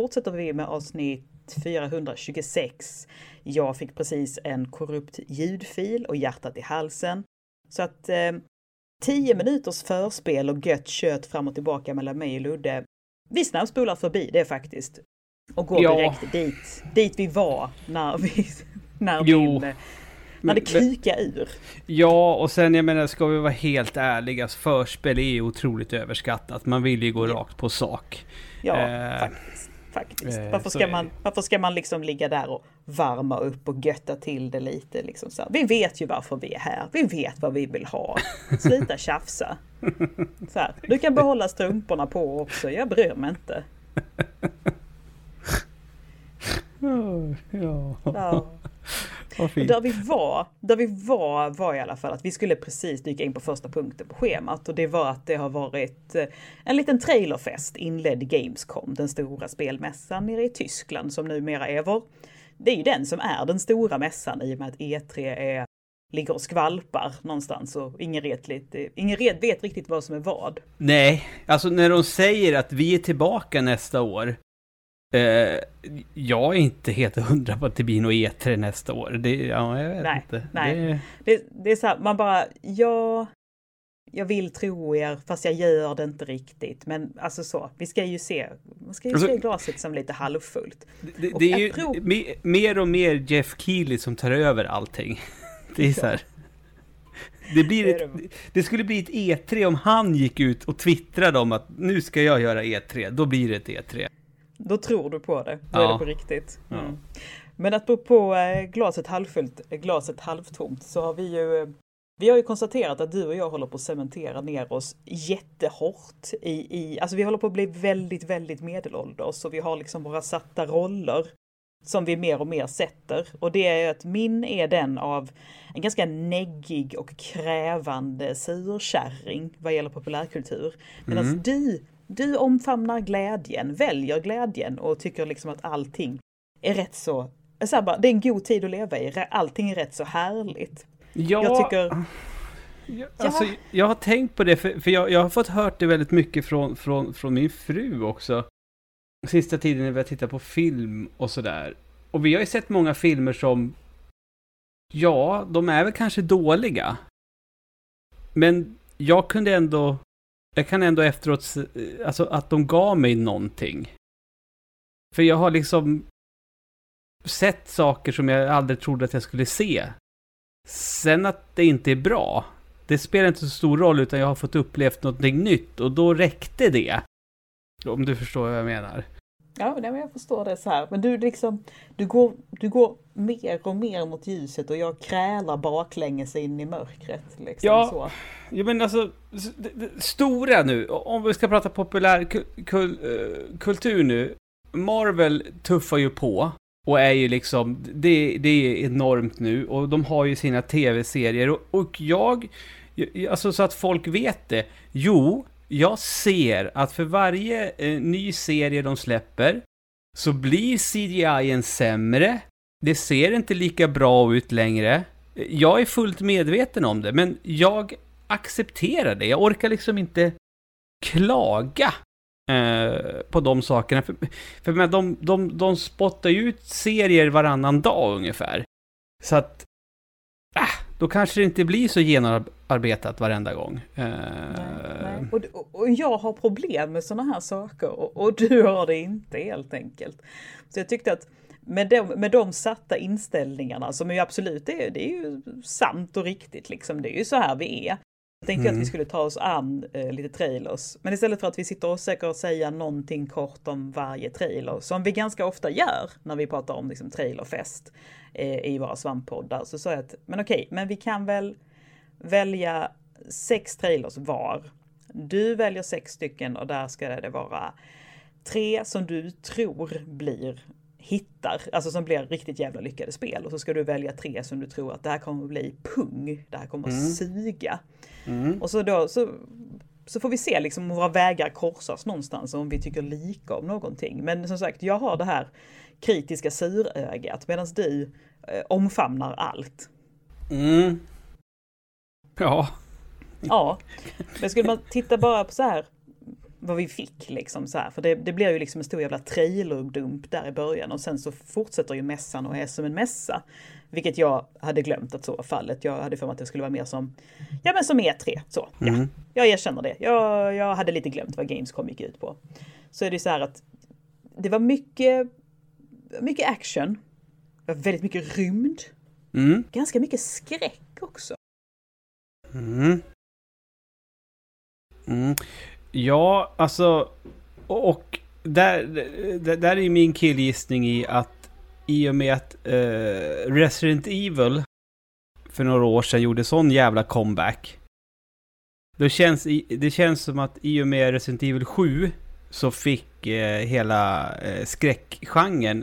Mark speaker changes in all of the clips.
Speaker 1: fortsätter vi med avsnitt 426. Jag fick precis en korrupt ljudfil och hjärtat i halsen. Så att 10 minuters förspel och gött kött fram och tillbaka mellan mig och Ludde. Vi snabbspolar förbi det faktiskt. Och går direkt dit vi var när det kukade ur.
Speaker 2: Ja, och sen jag menar, ska vi vara helt ärliga, förspel är otroligt överskattat. Man vill ju gå rakt på sak.
Speaker 1: Ja, faktiskt. Varför ska man liksom ligga där och varma upp och götta till det lite liksom så här. Vi vet ju varför vi är här. Vi vet vad vi vill ha. Sluta tjafsa. Så här, du kan behålla strumporna på också. Jag bryr mig inte. Ja. Där vi var i alla fall att vi skulle precis dyka in på första punkten på schemat, och det var att det har varit en liten trailerfest inledd Gamescom, den stora spelmässan nere i Tyskland som numera är det är ju den som är den stora mässan i och med att E3 ligger och skvalpar någonstans och ingen vet riktigt vad som är vad.
Speaker 2: Nej, alltså när de säger att vi är tillbaka nästa år, jag är inte helt hundra på att det blir något E3 nästa år. Jag vet inte.
Speaker 1: Nej. Det är så här, man bara, jag vill tro er, fast jag gör det inte riktigt. Men alltså så, vi ska ju se glaset som lite halvfullt.
Speaker 2: Det är ju mer och mer Jeff Keighley som tar över allting. Det är så här. Det skulle bli ett E3 om han gick ut och twittrade om att nu ska jag göra E3. Då blir det ett E3.
Speaker 1: Då tror du på det. Då är det på riktigt. Mm. Ja. Men att på glaset halvfullt, glaset halvtomt, så har vi har ju konstaterat att du och jag håller på att cementera ner oss jättehårt alltså vi håller på att bli väldigt, väldigt medelålders, så vi har liksom våra satta roller som vi mer och mer sätter. Och det är att min är den av en ganska neggig och krävande surkärring vad gäller populärkultur. Medan du omfamnar glädjen, väljer glädjen och tycker liksom att allting är rätt så... det är en god tid att leva i. Allting är rätt så härligt.
Speaker 2: Ja, jag har tänkt på det, för jag har fått hört det väldigt mycket från min fru också. Sista tiden när vi har tittat på film och sådär. Och vi har ju sett många filmer som... ja, de är väl kanske dåliga. Men jag kan ändå efteråt, alltså att de gav mig någonting. För jag har liksom sett saker som jag aldrig trodde att jag skulle se. Sen att det inte är bra, det spelar inte så stor roll, utan jag har fått upplevt någonting nytt, och då räckte det. Om du förstår vad jag menar.
Speaker 1: Ja, men jag förstår det så här. Men du går mer och mer mot ljuset och jag krälar baklänges in i mörkret. Liksom,
Speaker 2: ja,
Speaker 1: så.
Speaker 2: Ja, men alltså, stora nu, om vi ska prata populär kultur nu. Marvel tuffar ju på och är ju liksom, det är enormt nu, och de har ju sina tv-serier, och jag, alltså så att folk vet det, jag ser att för varje ny serie de släpper så blir CGI-en sämre. Det ser inte lika bra ut längre. Jag är fullt medveten om det, men jag accepterar det. Jag orkar liksom inte klaga på de sakerna. För de spottar ju ut serier varannan dag ungefär. Så att då kanske det inte blir så genomarbetat varenda gång.
Speaker 1: Nej. Och jag har problem med såna här saker, och du har det inte, helt enkelt. Så jag tyckte att med de satta inställningarna, som är absolut, det är ju sant och riktigt liksom, det är ju så här vi är. Jag tänkte att vi skulle ta oss an lite trailers, men istället för att vi sitter och försöker säga någonting kort om varje trailer, som vi ganska ofta gör när vi pratar om liksom trailerfest i våra svamppoddar, så sa jag att men vi kan väl välja 6 trailers var. Du väljer 6 stycken, och där ska det vara 3 som du tror blir hittar, alltså som blir riktigt jävla lyckade spel, och så ska du välja 3 som du tror att det här kommer att bli pung, det här kommer att suga. Och så får vi se liksom om våra vägar korsas någonstans, om vi tycker lika om någonting. Men som sagt, jag har det här kritiska surögat, medan du omfamnar allt. Ja, men skulle man titta bara på så här, vad vi fick liksom så här. För det blir ju liksom en stor jävla trailerdump där i början och sen så fortsätter ju mässan och är som en mässa. Vilket jag hade glömt att så var fallet. Jag hade för mig att det skulle vara mer som, ja men som E3. Så, ja. Jag erkänner det. Jag hade lite glömt vad Gamescom gick ut på. Så är det så här att det var mycket action. Det var väldigt mycket rymd. Ganska mycket skräck också.
Speaker 2: Ja, alltså och där är min killgissning i och med att Resident Evil för några år sedan gjorde sån jävla comeback. Det känns som att i och med Resident Evil 7 så fick hela skräckgenren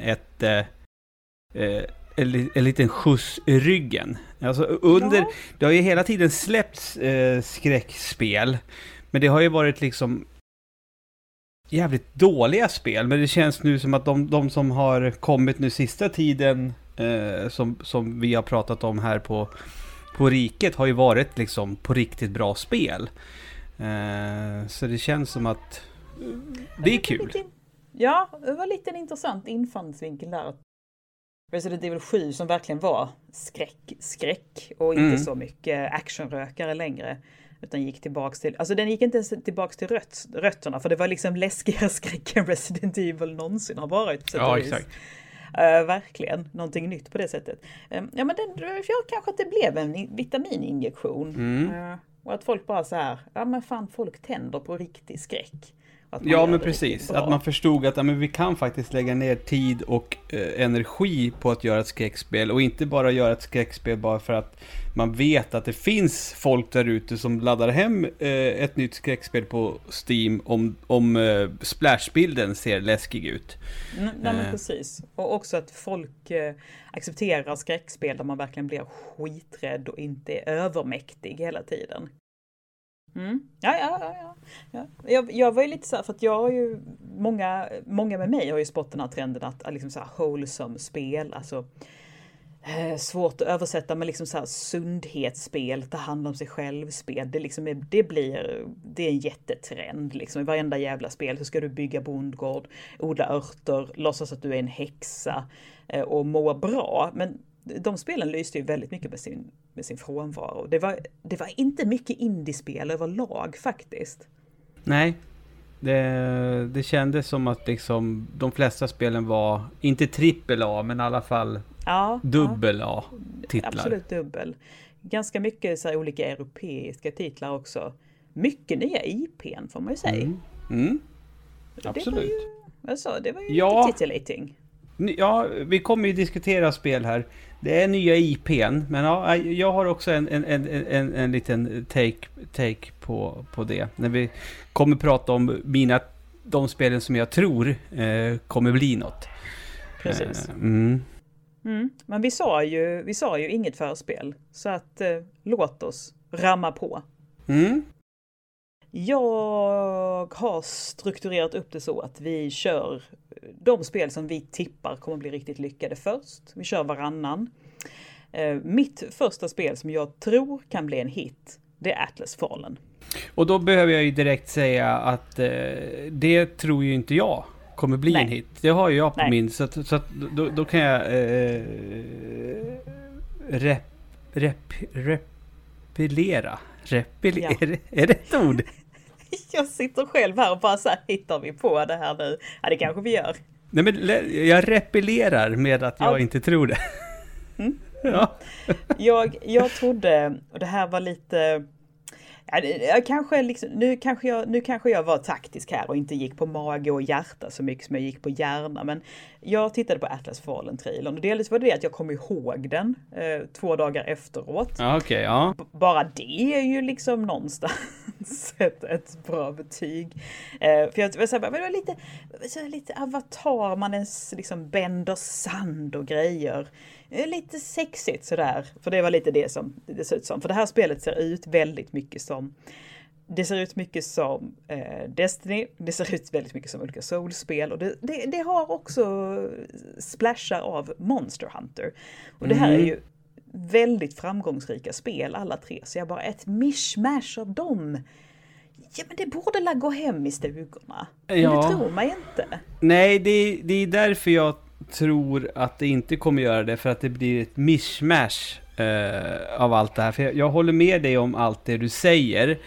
Speaker 2: en liten skjuts i ryggen. Alltså det har ju hela tiden släppts skräckspel, men det har ju varit liksom jävligt dåliga spel. Men det känns nu som att de som har kommit nu sista tiden som vi har pratat om här på Riket har ju varit liksom på riktigt bra spel. Så det känns som att det är kul.
Speaker 1: Ja, det var lite en intressant infallsvinkel där. Resident Evil 7 som verkligen var skräck och inte så mycket actionrökare längre. Utan gick tillbaks till, alltså den gick inte ens tillbaks till rötterna, för det var liksom läskigare skräck än Resident Evil någonsin har varit.
Speaker 2: Ja, exakt.
Speaker 1: Verkligen, någonting nytt på det sättet. Ja, men kanske att det blev en vitamininjektion. Och att folk bara så här, ja men fan, folk tänder på riktig skräck.
Speaker 2: Ja, men precis. Att man förstod att men vi kan faktiskt lägga ner tid och energi på att göra ett skräckspel. Och inte bara göra ett skräckspel bara för att man vet att det finns folk där ute som laddar hem ett nytt skräckspel på Steam om splashbilden ser läskig ut.
Speaker 1: Nej, men precis. Och också att folk accepterar skräckspel där man verkligen blir skiträdd och inte är övermäktig hela tiden. Ja. Jag var ju lite så här, för att jag har ju många med mig har ju spått den här trenden att liksom så här wholesome spel, alltså svårt att översätta, men liksom så här sundhetsspel, ta hand om sig själv spel, det liksom det är en jättetrend liksom. I varenda jävla spel så ska du bygga bondgård, odla örter, låtsas att du är en häxa och må bra, men de spelen lyste ju väldigt mycket med sin frånvaro. Det var inte mycket indiespel överlag faktiskt. Nej.
Speaker 2: Det kändes som att liksom de flesta spelen var inte trippel A, men i alla fall dubbel A-titlar.
Speaker 1: Absolut dubbel. Ganska mycket så här olika europeiska titlar också. Mycket nya IPn får man ju säga.
Speaker 2: Absolut.
Speaker 1: Det var ju lite titillating.
Speaker 2: Ja, vi kommer ju diskutera spel här. Det är nya IPn, men ja, jag har också en liten take på det. När vi kommer prata om de spelen som jag tror kommer bli något.
Speaker 1: Precis. Men vi sa ju inget förspel, så att låt oss ramma på. Jag har strukturerat upp det så att vi kör de spel som vi tippar kommer bli riktigt lyckade först. Vi kör varannan. Mitt första spel som jag tror kan bli en hit, det är Atlas Fallen.
Speaker 2: Och då behöver jag ju direkt säga att det tror ju inte jag kommer bli en hit. Det har ju jag på min, så att då kan jag repellera. Är det ett ord?
Speaker 1: Jag sitter själv här och bara så här, hittar vi på det här nu? Ja, det kanske vi gör.
Speaker 2: Nej, men jag repellerar med att jag inte tror det. Ja.
Speaker 1: Jag trodde, och det här var lite... Nu kanske jag var taktisk här och inte gick på mage och hjärta så mycket som jag gick på hjärna, men jag tittade på Atlas Fallen-trailern och delvis var det att jag kom ihåg den 2 dagar efteråt.
Speaker 2: Okay, ja.
Speaker 1: Bara det är ju liksom någonstans ett bra betyg. För jag var så här, men det var lite Avatar, man ens liksom bänder sand och grejer. Lite sexigt sådär. För det var lite det som det ser ut som. För det här spelet ser ut väldigt mycket som... Det ser ut mycket som Destiny. Det ser ut väldigt mycket som olika Souls-spel. Och det har också splashar av Monster Hunter. Och det här är ju väldigt framgångsrika spel alla tre. Så jag bara ett mishmash av dem. Ja, men det borde la gå hem i stugorna. Men
Speaker 2: Ja.
Speaker 1: det tror man inte.
Speaker 2: Nej, det är därför jag tror att det inte kommer göra det. För att det blir ett mishmash av allt det här. För jag håller med dig om allt det du säger.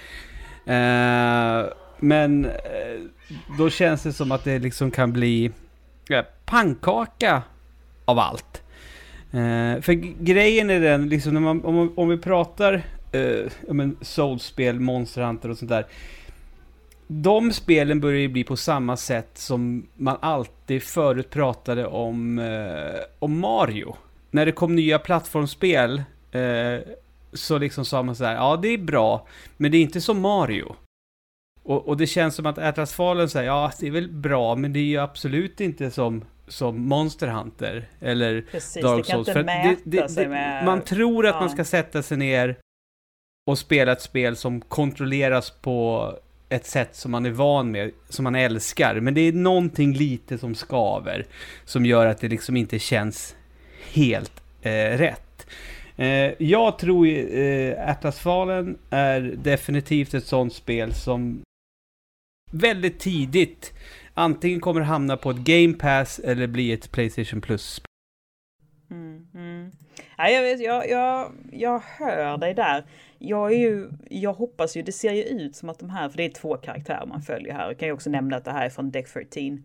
Speaker 2: Men då känns det som att det liksom kan bli pannkaka av allt. För grejen är den, liksom, när om vi pratar Souls-spel, Monster Hunter och sånt där. De spelen börjar ju bli på samma sätt som man alltid förut pratade om Mario. När det kom nya plattformsspel så liksom sa man så här: ja, det är bra, men det är inte som Mario. Och det känns som att Atlas Fallen säger, ja, det är väl bra, men det är ju absolut inte som Monster Hunter eller
Speaker 1: Precis,
Speaker 2: Dark
Speaker 1: det kan
Speaker 2: Souls.
Speaker 1: inte mäta sig med...
Speaker 2: Man tror att man ska sätta sig ner och spela ett spel som kontrolleras på ett sätt som man är van med, som man älskar. Men det är någonting lite som skaver, som gör att det liksom inte känns helt rätt. Jag tror Atlas Fallen är definitivt ett sånt spel som väldigt tidigt antingen kommer hamna på ett Game Pass eller bli ett PlayStation Plus.
Speaker 1: Ja, jag hör dig där. Jag hoppas ju, det ser ju ut som att de här, för det är 2 karaktärer man följer här. Jag kan ju också nämna att det här är från Deck 13.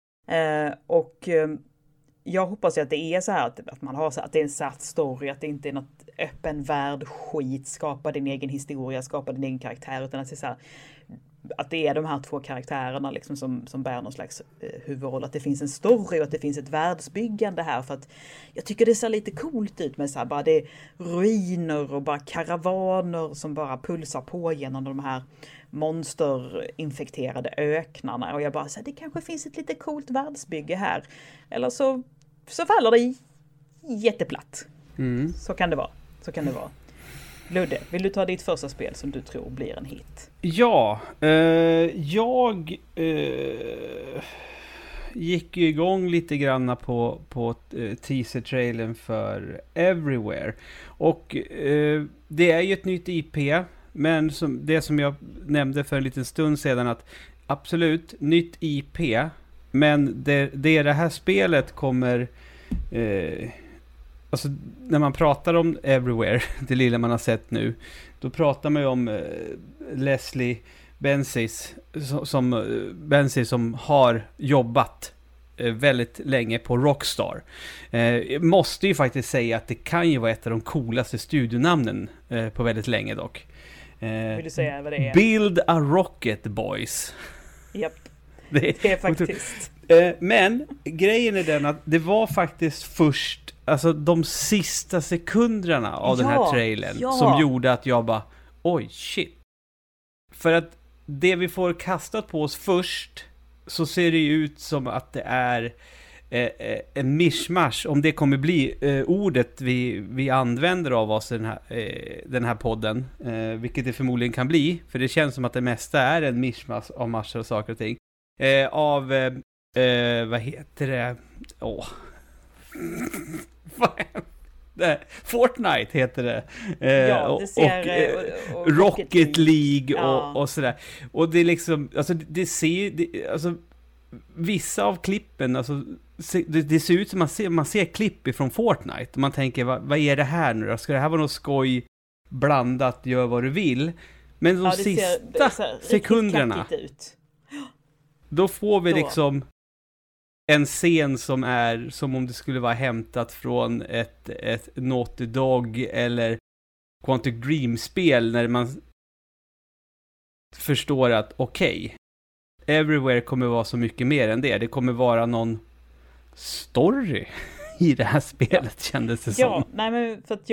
Speaker 1: Jag hoppas ju att det är så här att man har så här, att det är en satt story, att det inte är något öppen värld skit, skapa din egen historia, skapa din egen karaktär, utan att det är så här, att det är de här 2 karaktärerna liksom som bär någon slags huvudroll, att det finns en story och att det finns ett världsbyggande här, för att jag tycker det ser lite coolt ut med så här, bara det är ruiner och bara karavaner som bara pulsar på genom de här monsterinfekterade öknarna, och jag bara så här, det kanske finns ett lite coolt världsbygge här, eller så faller det jätteplatt. Så kan det vara. Ludde, vill du ta ditt första spel som du tror blir en hit?
Speaker 2: Ja, jag gick ju igång lite granna på teaser-trailern för Everywhere. Och det är ju ett nytt IP, men det som jag nämnde för en liten stund sedan, att absolut, nytt IP, men det här spelet kommer... Alltså, när man pratar om Everywhere, det lilla man har sett nu, då pratar man ju om Leslie Benzies som har jobbat väldigt länge på Rockstar. Måste ju faktiskt säga att det kan ju vara ett av de coolaste studionamnen på väldigt länge dock.
Speaker 1: Vill du säga vad det är?
Speaker 2: Build a Rocket Boys.
Speaker 1: Japp, det är faktiskt.
Speaker 2: Men grejen är den att det var faktiskt först, alltså de sista sekunderna av den här trailern som gjorde att jag bara, oj shit. För att det vi får kastat på oss först, så ser det ju ut som att det är en mishmash, om det kommer bli ordet vi använder av oss i den här podden, vilket det förmodligen kan bli, för det känns som att det mesta är en mishmash av massor av saker och ting. Vad heter det? Fortnite heter det. Och Rocket League och sådär. Och det är liksom, alltså det ser, alltså vissa av klippen, alltså det ser ut som man ser klipp ifrån Fortnite och man tänker, vad är det här nu då? Ska det här vara något skoj blandat, gör vad du vill? Men de sista sekunderna då får vi liksom en scen som är som om det skulle vara hämtat från ett Naughty Dog eller Quantic Dream-spel, när man förstår att okej, Everywhere kommer vara så mycket mer än det. Det kommer vara någon story i det här spelet, kändes det som.
Speaker 1: Ja, nej men för att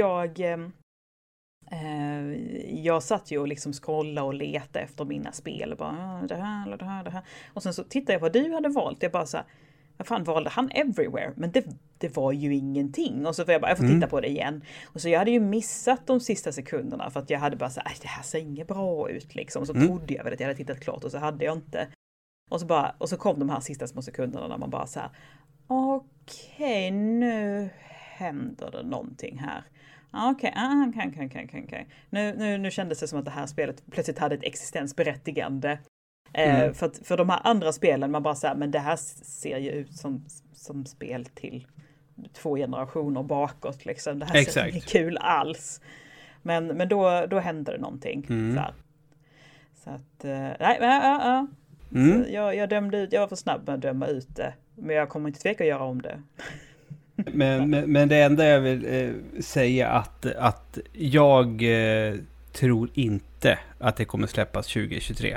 Speaker 1: jag satt ju och liksom scrollade och letade efter mina spel och bara det här. Och sen så tittade jag på vad du hade valt. Jag bara så här, vad fan valde han Everywhere? Men det var ju ingenting. Och så får jag får titta på det igen. Och så jag hade ju missat de sista sekunderna för att jag hade bara så här, det här ser inget bra ut liksom. Och så trodde jag väl att jag hade tittat klart och så hade jag inte. Och så kom de här sista små sekunderna när man bara så här, okej, nu händer det någonting här. Okej. Nu kändes det som att det här spelet plötsligt hade ett existensberättigande. För de här andra spelen, man bara säger, men det här ser ju ut som spel till 2 generationer bakåt liksom. Det här ser inte kul alls. Men då hände det någonting. Så att, nej. Så jag var för snabb med att döma ut det. Men jag kommer inte tveka att göra om det.
Speaker 2: Men det enda jag vill säga att jag tror inte att det kommer släppas 2023.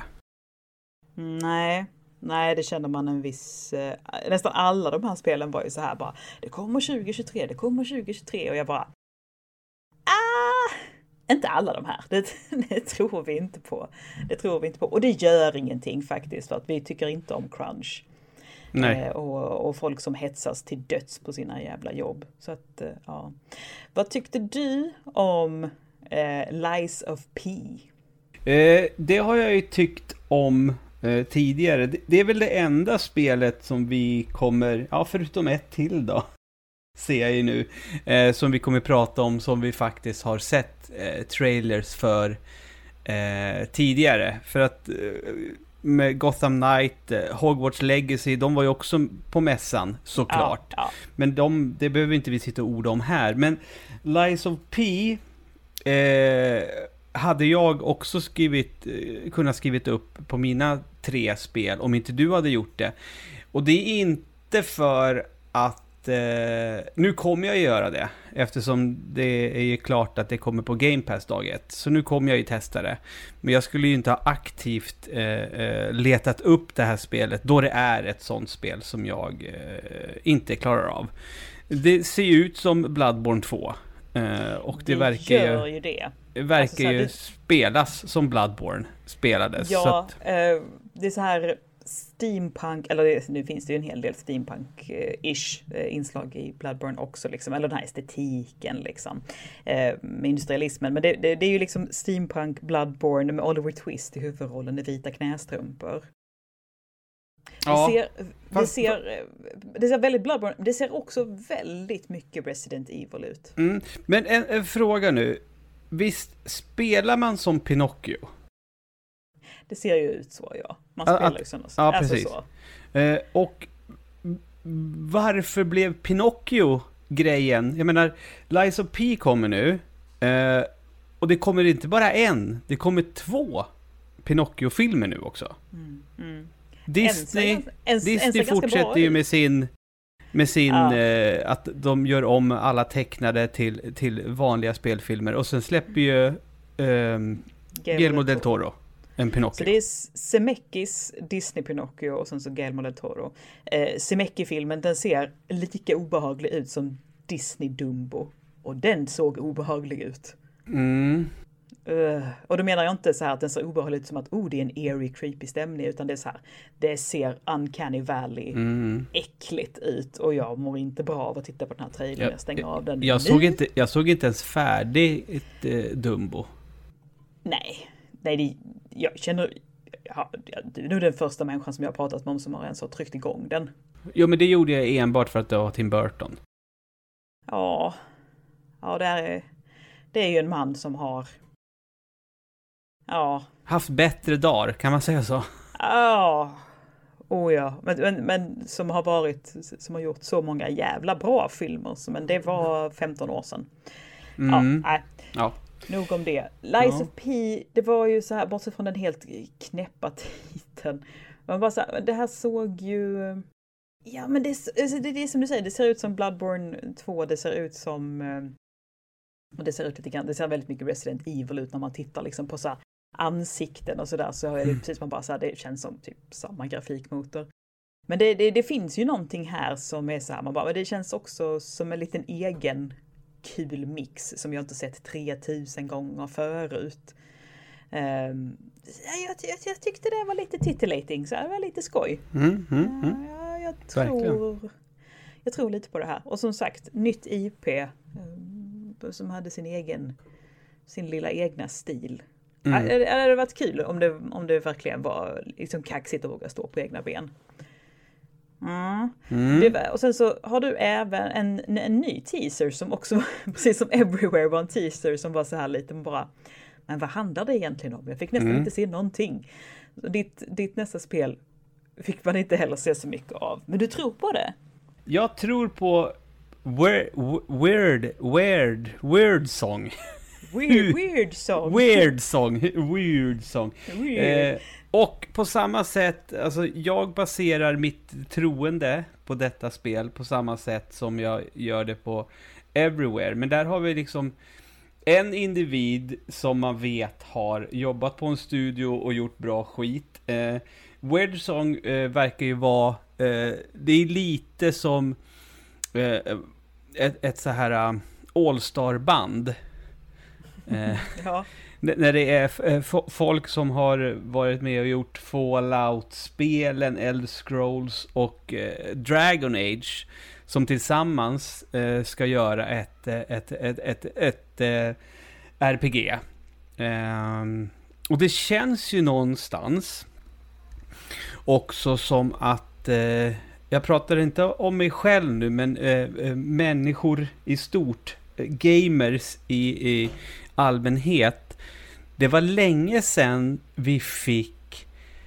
Speaker 1: Nej, det känner man en viss... nästan alla de här spelen var ju så här bara, det kommer 2023. Och jag bara, inte alla de här. Det tror vi inte på. Och det gör ingenting faktiskt, för att vi tycker inte om crunch.
Speaker 2: Nej.
Speaker 1: Och folk som hetsas till döds på sina jävla jobb. Så att, ja. Vad tyckte du om Lies of P?
Speaker 2: Det har jag ju tyckt om tidigare. Det är väl det enda spelet som vi kommer, förutom ett till då, ser jag ju nu, som vi kommer prata om, som vi faktiskt har sett trailers för tidigare. För att med Gotham Knight, Hogwarts Legacy, de var ju också på mässan såklart.
Speaker 1: Ja.
Speaker 2: Men det behöver inte vi sitta och orda om här. Men Lies of P hade jag också kunnat skrivit upp på mina 3 spel om inte du hade gjort det. Och det är inte för att nu kommer jag göra det, eftersom det är ju klart att det kommer på Game Pass dag 1. Så nu kommer jag ju testa det. Men jag skulle ju inte ha aktivt letat upp det här spelet, då det är ett sånt spel som jag inte klarar av. Det ser ju ut som Bloodborne 2. Och det verkar ju
Speaker 1: det.
Speaker 2: Verkar ju spelas som Bloodborne spelades.
Speaker 1: Ja,
Speaker 2: så att...
Speaker 1: det är så här steampunk, eller nu finns det ju en hel del steampunk-ish inslag i Bloodborne också, liksom, eller den här estetiken liksom, med industrialismen. Men det är ju liksom steampunk Bloodborne med Oliver Twist i huvudrollen i vita knästrumpor. Det ser väldigt Bloodborne, det ser också väldigt mycket Resident Evil ut.
Speaker 2: Men en fråga nu. Visst spelar man som Pinocchio?
Speaker 1: Det ser ju ut så, ja. Man spelar ju sådana.
Speaker 2: Ja, precis. Så. Och varför blev Pinocchio grejen? Jag menar, Lies of P kommer nu. Och det kommer inte bara en. Det kommer 2 Pinocchio-filmer nu också. Disney fortsätter ju med sin att de gör om alla tecknade till vanliga spelfilmer. Och sen släpper ju Guillermo del Toro en Pinocchio.
Speaker 1: Så det är Zemeckis Disney Pinocchio och sen så Guillermo del Toro. Zemeckis-filmen, den ser lika obehaglig ut som Disney Dumbo. Och den såg obehaglig ut. Och då menar jag inte så här att den ser obehaglig ut som att det är en eerie, creepy stämning, utan det är så här, det ser Uncanny Valley äckligt ut, och jag mår inte bra av att titta på den här trailern. Jag stänger av den.
Speaker 2: Jag såg inte ens färdigt Dumbo.
Speaker 1: Nej, jag känner, du är nog den första människan som jag har pratat med om som har ens har tryckt igång den.
Speaker 2: Jo, men det gjorde jag enbart för att det var Tim Burton.
Speaker 1: Ja, det är ju en man som har
Speaker 2: haft bättre dagar, kan man säga så?
Speaker 1: Ja. Men som har gjort så många jävla bra filmer, men det var 15 år sedan. Nog om det. Lies of P, det var ju så här, bortsett från den helt knäppa titeln. Man bara så här, det här såg ju... Ja, men det är som du säger, det ser ut som Bloodborne 2, det ser ut som... Och det ser ut lite grann, det ser väldigt mycket Resident Evil ut när man tittar liksom på så här ansikten och sådär, så är det precis man bara så här, det känns som typ samma grafikmotor. Men det finns ju någonting här som är så här, man bara, men det känns också som en liten egen kul mix som jag inte sett 3000 gånger förut. Jag tyckte det var lite titillating, så det var lite skoj. Jag tror lite på det här. Och som sagt, nytt IP som hade sin lilla egna stil. Det hade varit kul om det verkligen var liksom kaxigt att våga stå på egna ben. Och sen så har du även en ny teaser som också, precis som Everywhere, var en teaser som var så här lite bara, men vad handlar det egentligen om? Jag fick nästan inte se någonting. Ditt nästa spel fick man inte heller se så mycket av. Men du tror på det?
Speaker 2: Jag tror på Weird Song. Weird Song. Och på samma sätt, alltså jag baserar mitt troende på detta spel på samma sätt som jag gör det på Everywhere. Men där har vi liksom en individ som man vet har jobbat på en studio och gjort bra skit. Weird Song verkar ju vara, det är lite som ett så här all-star-band.
Speaker 1: Ja.
Speaker 2: När det är folk som har varit med och gjort Fallout-spelen, Elder Scrolls och Dragon Age som tillsammans ska göra ett RPG. Och det känns ju någonstans också som att jag pratar inte om mig själv nu, men människor i stort, gamers i allmänhet. Det var länge sedan vi fick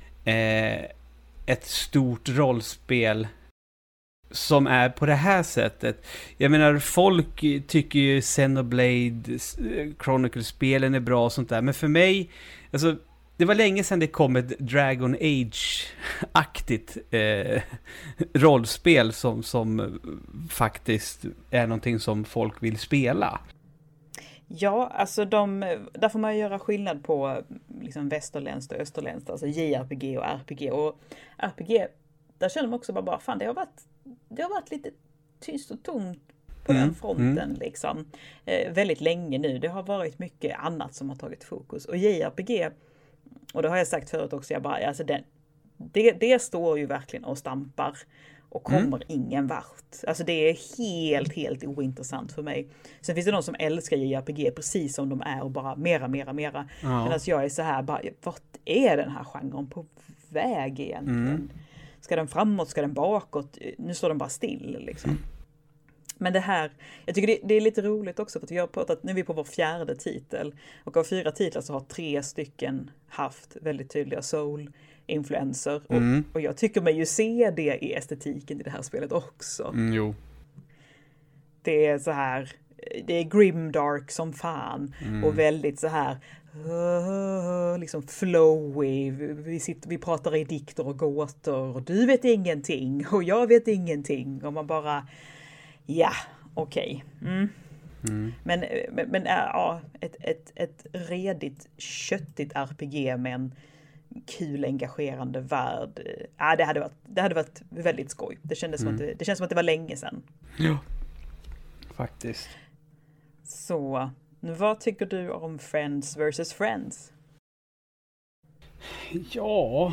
Speaker 2: ett stort rollspel som är på det här sättet. Jag menar, folk tycker ju Xenoblade Chronicles-spelen är bra och sånt där, men för mig, alltså, det var länge sedan det kom ett Dragon Age-aktigt rollspel som faktiskt är någonting som folk vill spela.
Speaker 1: Ja, alltså där får man ju göra skillnad på liksom västerländskt och österländskt, alltså JRPG och RPG. Och RPG, där känner man också bara fan, det har varit lite tyst och tomt på den fronten liksom. Väldigt länge nu. Det har varit mycket annat som har tagit fokus. Och JRPG, och det har jag sagt förut också, alltså det står ju verkligen och stampar och kommer ingen vart. Alltså det är helt ointressant för mig. Sen finns det någon som älskar JRPG precis som de är och bara mera. Ja. Medan jag är så här, bara, vart är den här genren på väg egentligen? Ska den framåt? Ska den bakåt? Nu står den bara still liksom. Men det här, jag tycker det är lite roligt också, för att vi har pratat, nu är vi på vår 4:e titel, och av 4 titlar så har 3 stycken haft väldigt tydliga soul-influenser. Och jag tycker mig ju se det i estetiken i det här spelet också.
Speaker 2: Jo.
Speaker 1: Det är så här, det är grimdark som fan och väldigt så här liksom flowy. Vi pratar i dikter och gåtor och du vet ingenting och jag vet ingenting och man bara ja, okej. Men ja, ett redigt, köttigt RPG med en kul, engagerande värld. Ja, det hade varit väldigt skoj. Det känns som att det var länge sedan.
Speaker 2: Ja, faktiskt.
Speaker 1: Så, vad tycker du om Friends vs. Friends?
Speaker 2: Ja...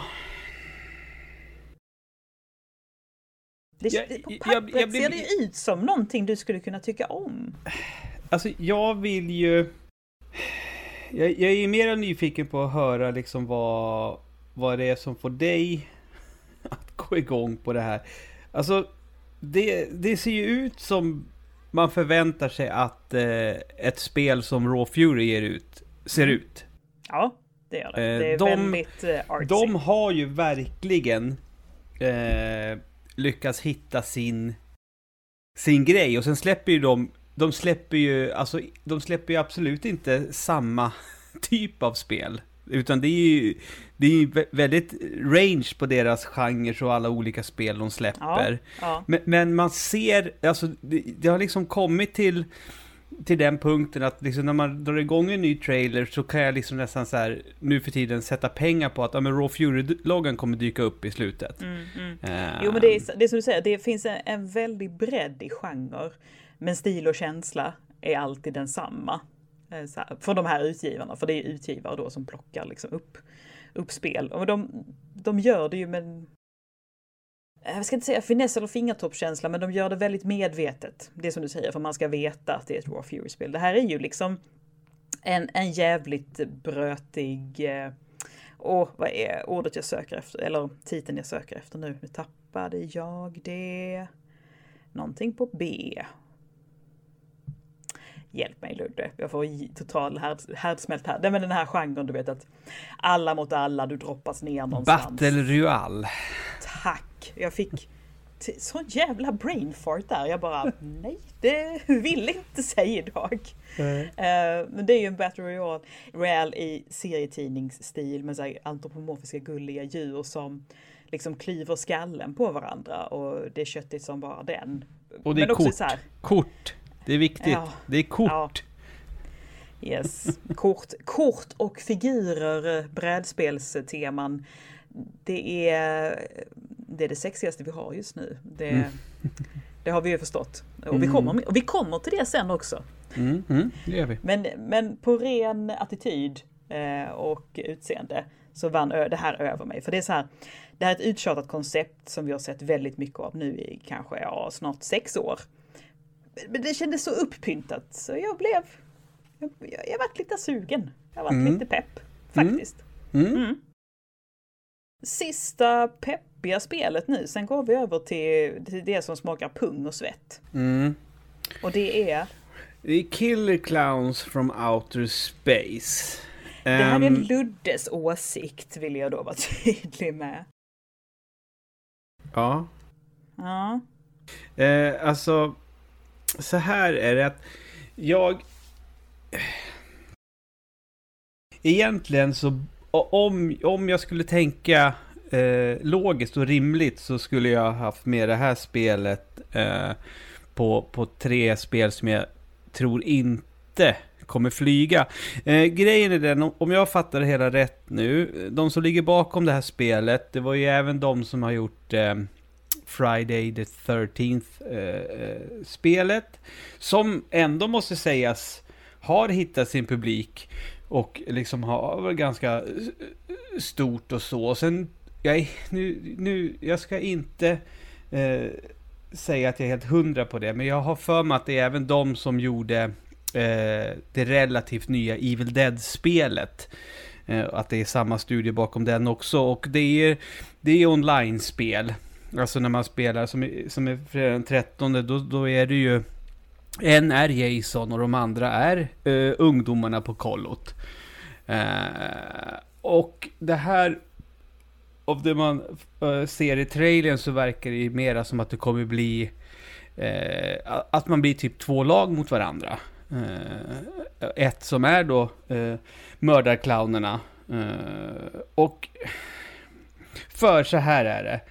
Speaker 1: På pappret ser det ut som någonting du skulle kunna tycka om.
Speaker 2: Alltså jag vill ju... Jag är mer nyfiken på att höra liksom vad det är som får dig att gå igång på det här. Alltså det ser ju ut som man förväntar sig att ett spel som Raw Fury ser ut.
Speaker 1: Ja, det gör det. Det är väldigt artsy. De
Speaker 2: har ju verkligen... lyckas hitta sin grej, och sen släpper ju de släpper ju absolut inte samma typ av spel, utan det är väldigt range på deras genrer och alla olika spel de släpper. Ja. Men man ser, alltså det har liksom kommit till den punkten att liksom när man drar igång en ny trailer så kan jag liksom nästan så här nu för tiden sätta pengar på att Raw Fury-loggan kommer dyka upp i slutet.
Speaker 1: Jo, men det är som du säger, det finns en väldig bredd i genre, men stil och känsla är alltid densamma för de här utgivarna, för det är utgivare då som plockar liksom upp spel, och de gör det ju med, jag ska inte säga finess eller fingertoppskänsla, men de gör det väldigt medvetet. Det är som du säger, för man ska veta att det är ett Raw Fury-spel. Det här är ju liksom en jävligt brötig Och vad är ordet jag söker efter? Eller titeln jag söker efter nu? Nu tappade jag det. Någonting på B. Hjälp mig Ludde. Jag får total härdsmält här. Det är med den här genren, du vet att alla mot alla, du droppas ner någonstans.
Speaker 2: Battle Royale.
Speaker 1: Tack. Jag fick sån jävla brain fart där. Jag bara, nej, det vill inte säga idag. Men det är ju en Battle Royale i serietidningsstil med så här antropomorfiska gulliga djur som liksom klyver skallen på varandra och det är köttigt som bara den.
Speaker 2: Och det är kort. Så här, kort. Det är viktigt. Ja, det är kort. Ja.
Speaker 1: Yes. Kort och figurer, brädspelsteman. Det är det sexigaste vi har just nu. Det har vi ju förstått. Och vi kommer till det sen också.
Speaker 2: Det gör vi.
Speaker 1: Men på ren attityd och utseende så vann det här över mig. För det är så här, det här är ett uttjatat koncept som vi har sett väldigt mycket av nu i kanske snart 6 år. Men det kändes så upppyntat så jag var lite sugen. Jag var lite pepp faktiskt. Sista peppiga spelet nu. Sen går vi över till det som smakar pung och svett. Och det är
Speaker 2: Killer Clowns from Outer Space.
Speaker 1: Det här är Luddes åsikt, vill jag då vara tydlig med.
Speaker 2: Ja. Alltså, så här är det att egentligen så om jag skulle tänka logiskt och rimligt så skulle jag haft med det här spelet på 3 spel som jag tror inte kommer flyga. Grejen är den, om jag fattar det hela rätt nu, de som ligger bakom det här spelet, det var ju även de som har gjort Friday the 13th spelet, som ändå måste sägas har hittat sin publik och liksom har varit ganska stort och så. Och sen, jag ska inte säga att jag är helt 100 på det, men jag har för mig att det är även de som gjorde det relativt nya Evil Dead-spelet. Att det är samma studie bakom den också. Och det är online-spel. Alltså när man spelar som är fredag den 13, då är det ju en är Jason och de andra är ungdomarna på kollot. Och det här, av det man ser i trailern, så verkar det mera som att det kommer bli att man blir typ 2 lag mot varandra. Ett som är då mördarclownerna. Och för så här är det.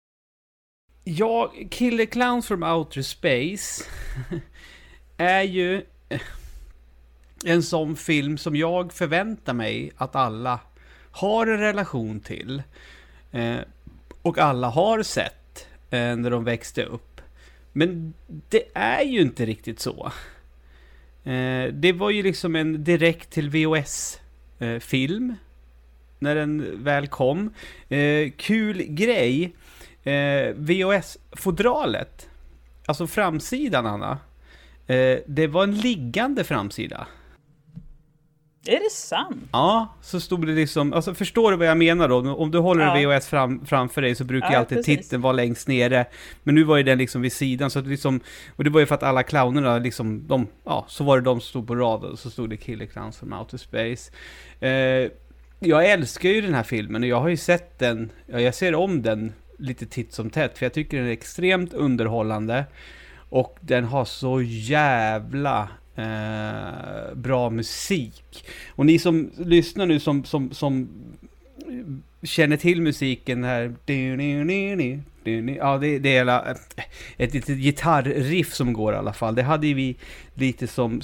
Speaker 2: Killer Clowns from Outer Space är ju en sån film som jag förväntar mig att alla har en relation till. Och alla har sett när de växte upp. Men det är ju inte riktigt så. Det var ju liksom en direkt till VHS-film när den väl kom. Kul grej. VHS-fodralet, alltså framsidan, Anna, det var en liggande framsida.
Speaker 1: Är det sant?
Speaker 2: Ja, så stod det liksom, alltså förstår du vad jag menar då? Om du håller en VHS framför dig så brukar alltid titeln vara längst nere. Men nu var ju den liksom vid sidan, så att liksom, och det var ju för att alla clownerna liksom, så var det de som stod på rad och så stod det Killer Clowns from Outer Space. Jag älskar ju den här filmen och jag har ju sett den, jag ser om den lite titt som tätt, för jag tycker den är extremt underhållande och den har så jävla bra musik. Och ni som lyssnar nu som känner till musiken här, ja, det är ett litet gitarriff som går i alla fall. Det hade vi lite som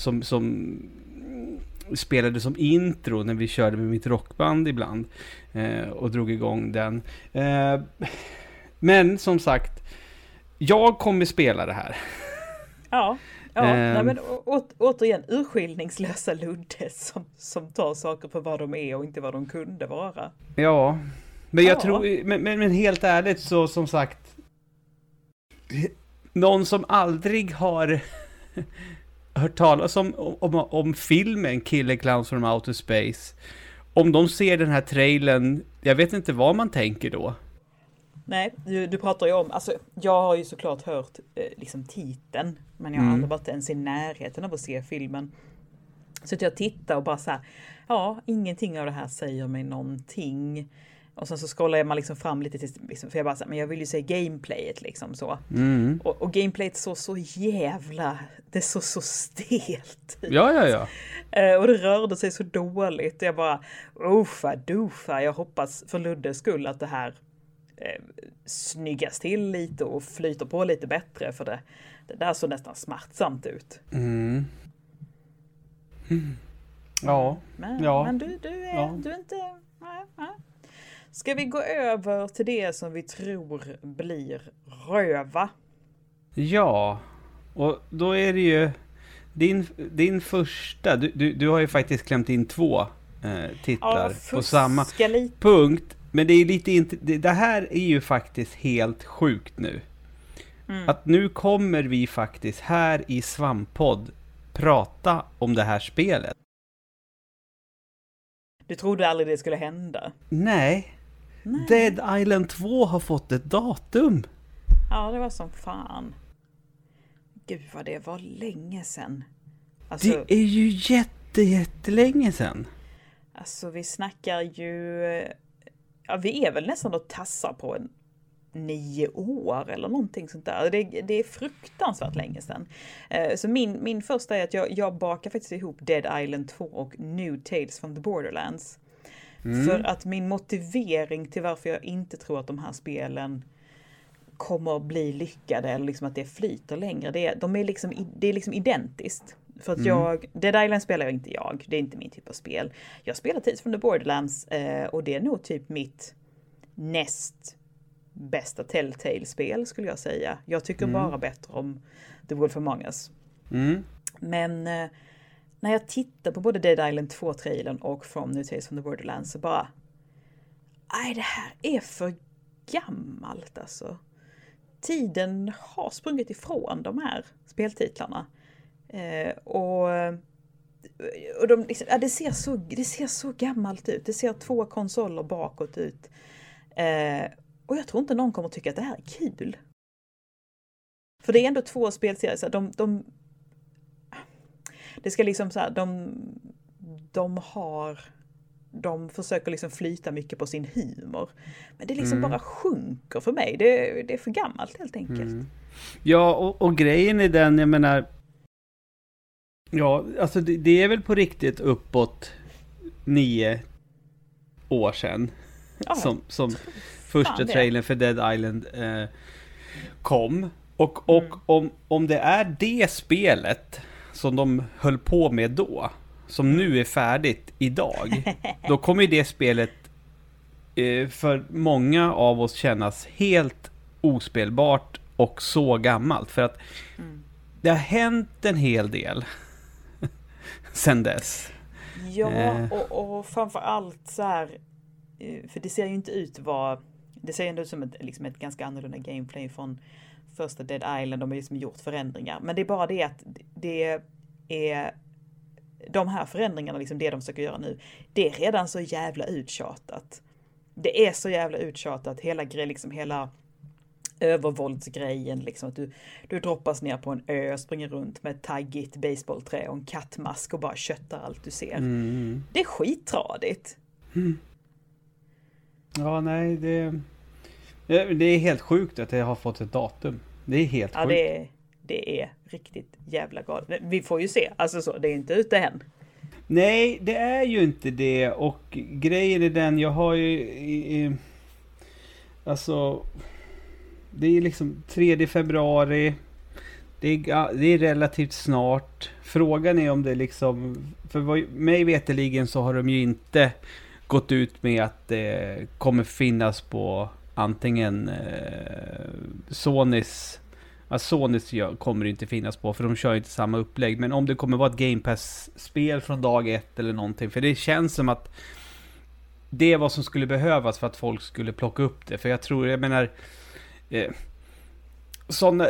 Speaker 2: spelade som intro när vi körde med mitt rockband ibland och drog igång den. Men som sagt, jag kommer spela det här.
Speaker 1: Ja, nej, men återigen urskiljningslösa Ludde som tar saker för vad de är och inte vad de kunde vara.
Speaker 2: Ja, men jag tror, men helt ärligt så, som sagt, någon som aldrig har hört talas om filmen Killer Clowns from Outer Space om de ser den här trailern, jag vet inte vad man tänker då.
Speaker 1: Nej, du pratar ju om, alltså jag har ju såklart hört liksom titeln, men jag har aldrig varit ens i närheten av att se filmen. Så att jag tittar och bara så här, ja, ingenting av det här säger mig någonting. Och sen så scrollar man liksom fram lite till, liksom, för jag bara så här, men jag vill ju se gameplayet liksom så. Och gameplayet så jävla, det såg så stelt ut.
Speaker 2: Ja.
Speaker 1: Och det rörde sig så dåligt. Jag bara, dofa. Jag hoppas för Luddes skull att det här snyggas till lite och flyter på lite bättre, för det där såg nästan smärtsamt ut.
Speaker 2: Ja.
Speaker 1: Men du är inte... Nej. Ska vi gå över till det som vi tror blir röva?
Speaker 2: Ja, och då är det ju din första, du har ju faktiskt klämt in 2 titlar på samma punkt. Men det är lite inte, det här är ju faktiskt helt sjukt nu. Att nu kommer vi faktiskt här i Svamppodd prata om det här spelet.
Speaker 1: Du trodde aldrig det skulle hända?
Speaker 2: Nej. Dead Island 2 har fått ett datum.
Speaker 1: Ja, det var som fan. Gud vad det var länge sedan. Alltså,
Speaker 2: det är ju jättelänge sedan.
Speaker 1: Alltså vi snackar ju... Ja, vi är väl nästan att tassa på 9 år eller någonting sånt där. Det är fruktansvärt länge sedan. Så min första är att jag bakar faktiskt ihop Dead Island 2 och New Tales from the Borderlands. För att min motivering till varför jag inte tror att de här spelen kommer att bli lyckade eller liksom att det flyter längre. Det är liksom identiskt. För att Dead Island spelar jag inte jag. Det är inte min typ av spel. Jag spelar Tales from the Borderlands och det är nog typ mitt näst bästa Telltale-spel skulle jag säga. Jag tycker bara bättre om The Wolf Among Us. Men när jag tittar på både Dead Island 2-trailern och From New Tales from the Borderlands så bara... Nej, det här är för gammalt alltså. Tiden har sprungit ifrån de här speltitlarna. Och de, liksom, det ser så gammalt ut. Det ser 2 konsoler bakåt ut. Och jag tror inte någon kommer tycka att det här är kul. För det är ändå 2 spelserier. Så det ska liksom så här, de försöker liksom flyta mycket på sin humor. Men det liksom bara sjunker för mig. Det är för gammalt helt enkelt.
Speaker 2: Ja, och grejen är den, jag menar... Ja, alltså det är väl på riktigt uppåt 9 år sedan som första trailern för Dead Island kom. Och om det är det spelet som de höll på med då, som nu är färdigt idag, då kommer ju det spelet för många av oss kännas helt ospelbart och så gammalt. För att det har hänt en hel del sen dess.
Speaker 1: Ja, och framförallt så här, för det ser ju inte ut det ser ändå ut som ett ganska annorlunda gameplay från första Dead Island. De har liksom gjort förändringar. Men det är bara det att det är de här förändringarna, liksom det de försöker göra nu, det är redan så jävla uttjatat. Det är så jävla uttjatat. Hela övervåldsgrejen, liksom att du droppas ner på en ö, springer runt med ett taggigt baseballträ och en kattmask och bara köttar allt du ser. Det är skittradigt.
Speaker 2: Ja, nej, det är helt sjukt att det har fått ett datum. Det är helt sjukt.
Speaker 1: Ja, det är riktigt jävla galet. Vi får ju se. Alltså så, det är inte ute än.
Speaker 2: Nej, det är ju inte det. Och grejen är den, jag har ju... alltså... Det är liksom 3 februari. Det är relativt snart. Frågan är om det liksom... För mig veteligen så har de ju inte gått ut med att det kommer finnas på antingen Sonys kommer det inte finnas på, för de kör inte samma upplägg. Men om det kommer vara ett Game Pass-spel från dag 1 eller någonting. För det känns som att det är vad som skulle behövas för att folk skulle plocka upp det. För jag menar... sådana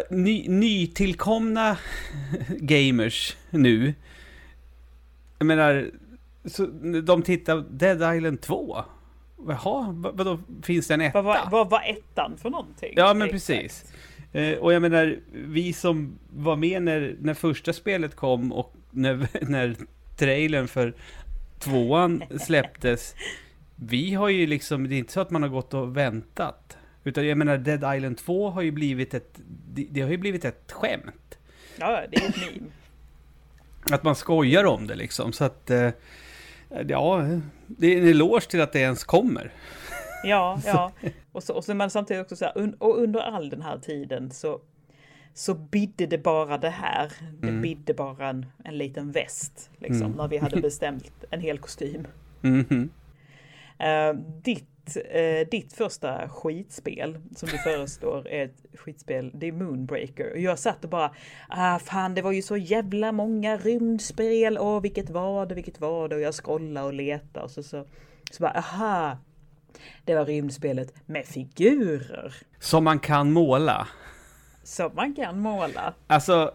Speaker 2: nytillkomna gamers nu, jag menar, Så de tittar Dead Island 2. Jaha, vadå, finns det en etta?
Speaker 1: Vad var ettan för någonting?
Speaker 2: Ja, men precis. Och jag menar, vi som var med när första spelet kom och när trailern för 2:an släpptes, vi har ju liksom, det är inte så att man har gått och väntat. Utan jag menar, Dead Island 2 har ju blivit det har ju blivit ett skämt.
Speaker 1: Ja, det är ett meme. Att
Speaker 2: man skojar om det liksom, så att ja, det är en eloge till att det ens kommer.
Speaker 1: Ja, ja. Och så man samtidigt också så här, och under all den här tiden så bidde det bara det här. Det bidde bara en liten väst liksom, när vi hade bestämt en hel kostym. Ditt första skitspel som du föreslår är ett skitspel, det är Moonbreaker. Och jag satt och bara, fan, det var ju så jävla många rymdspel, och vilket var det? Och jag scrollade och letade och så bara, aha, det var rymdspelet med figurer.
Speaker 2: Som man kan måla. Alltså,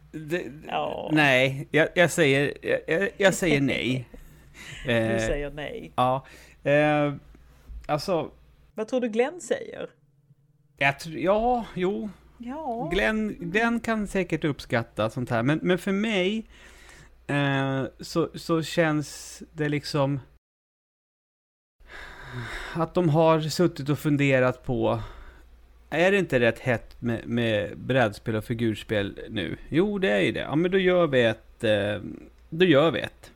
Speaker 2: nej, jag säger nej.
Speaker 1: Du säger nej.
Speaker 2: Ja. Alltså,
Speaker 1: vad tror du Glenn säger?
Speaker 2: Ja. Glenn kan säkert uppskatta sånt här. Men för mig så känns det liksom att de har suttit och funderat på, är det inte rätt hett med brädspel och figurspel nu? Jo, det är ju det. Ja, men då gör vi ett.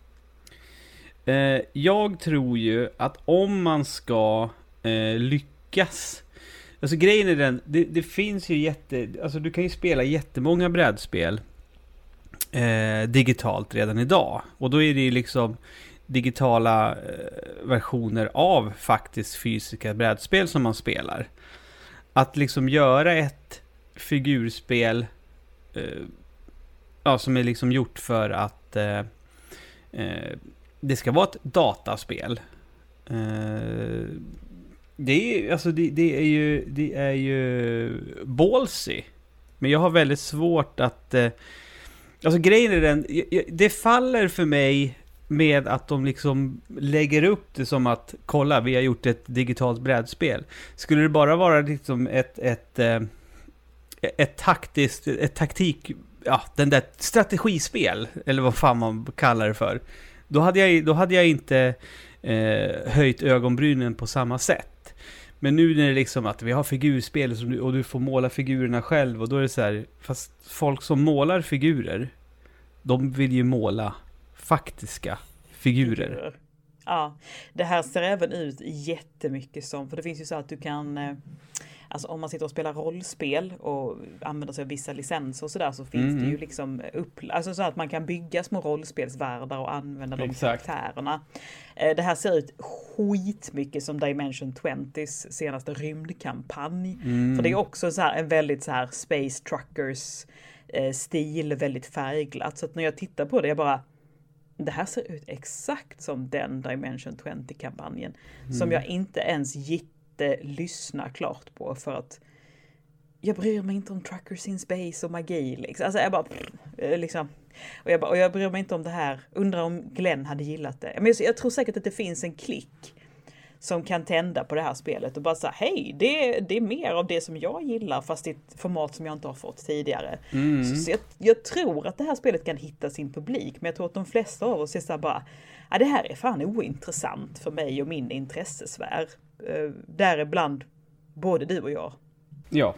Speaker 2: Jag tror ju att om man ska lyckas, alltså grejen är den, det finns ju alltså du kan ju spela jättemånga brädspel digitalt redan idag, och då är det ju liksom digitala versioner av faktiskt fysiska brädspel som man spelar. Att liksom göra ett figurspel som är liksom gjort för att det ska vara ett dataspel. Det är ju ballsy. Men jag har väldigt svårt att alltså grejen är den, det faller för mig med att de liksom lägger upp det som att, kolla, vi har gjort ett digitalt brädspel. Skulle det bara vara liksom ett taktik, den där strategispel, eller vad fan man kallar det för, då hade jag inte höjt ögonbrynen på samma sätt. Men nu när det liksom att vi har figurspel och du får måla figurerna själv, och då är det så här, fast folk som målar figurer, de vill ju måla faktiska figurer.
Speaker 1: Ja, det här ser även ut jättemycket som, för det finns ju så att du kan, alltså om man sitter och spelar rollspel och använder sig av vissa licenser och sådär, så finns det ju liksom alltså så att man kan bygga små rollspelsvärldar och använda de karaktärerna. Det här ser ut skitmycket som Dimension 20s senaste rymdkampanj. För det är också så här en väldigt så här Space Truckers stil, väldigt färgglatt. Så att när jag tittar på det, jag bara, det här ser ut exakt som den Dimension 20-kampanjen. Som jag inte ens lyssna klart på, för att jag bryr mig inte om Truckers in Space och magi. Liksom. Alltså jag bara, liksom. Och jag bryr mig inte om det här. Undrar om Glenn hade gillat det. Men jag tror säkert att det finns en klick som kan tända på det här spelet och bara säga, hej, det är mer av det som jag gillar, fast i ett format som jag inte har fått tidigare. Så jag tror att det här spelet kan hitta sin publik, men jag tror att de flesta av oss är så här bara, det här är fan ointressant för mig och min intressesfär. Däribland både du och jag.
Speaker 2: Ja.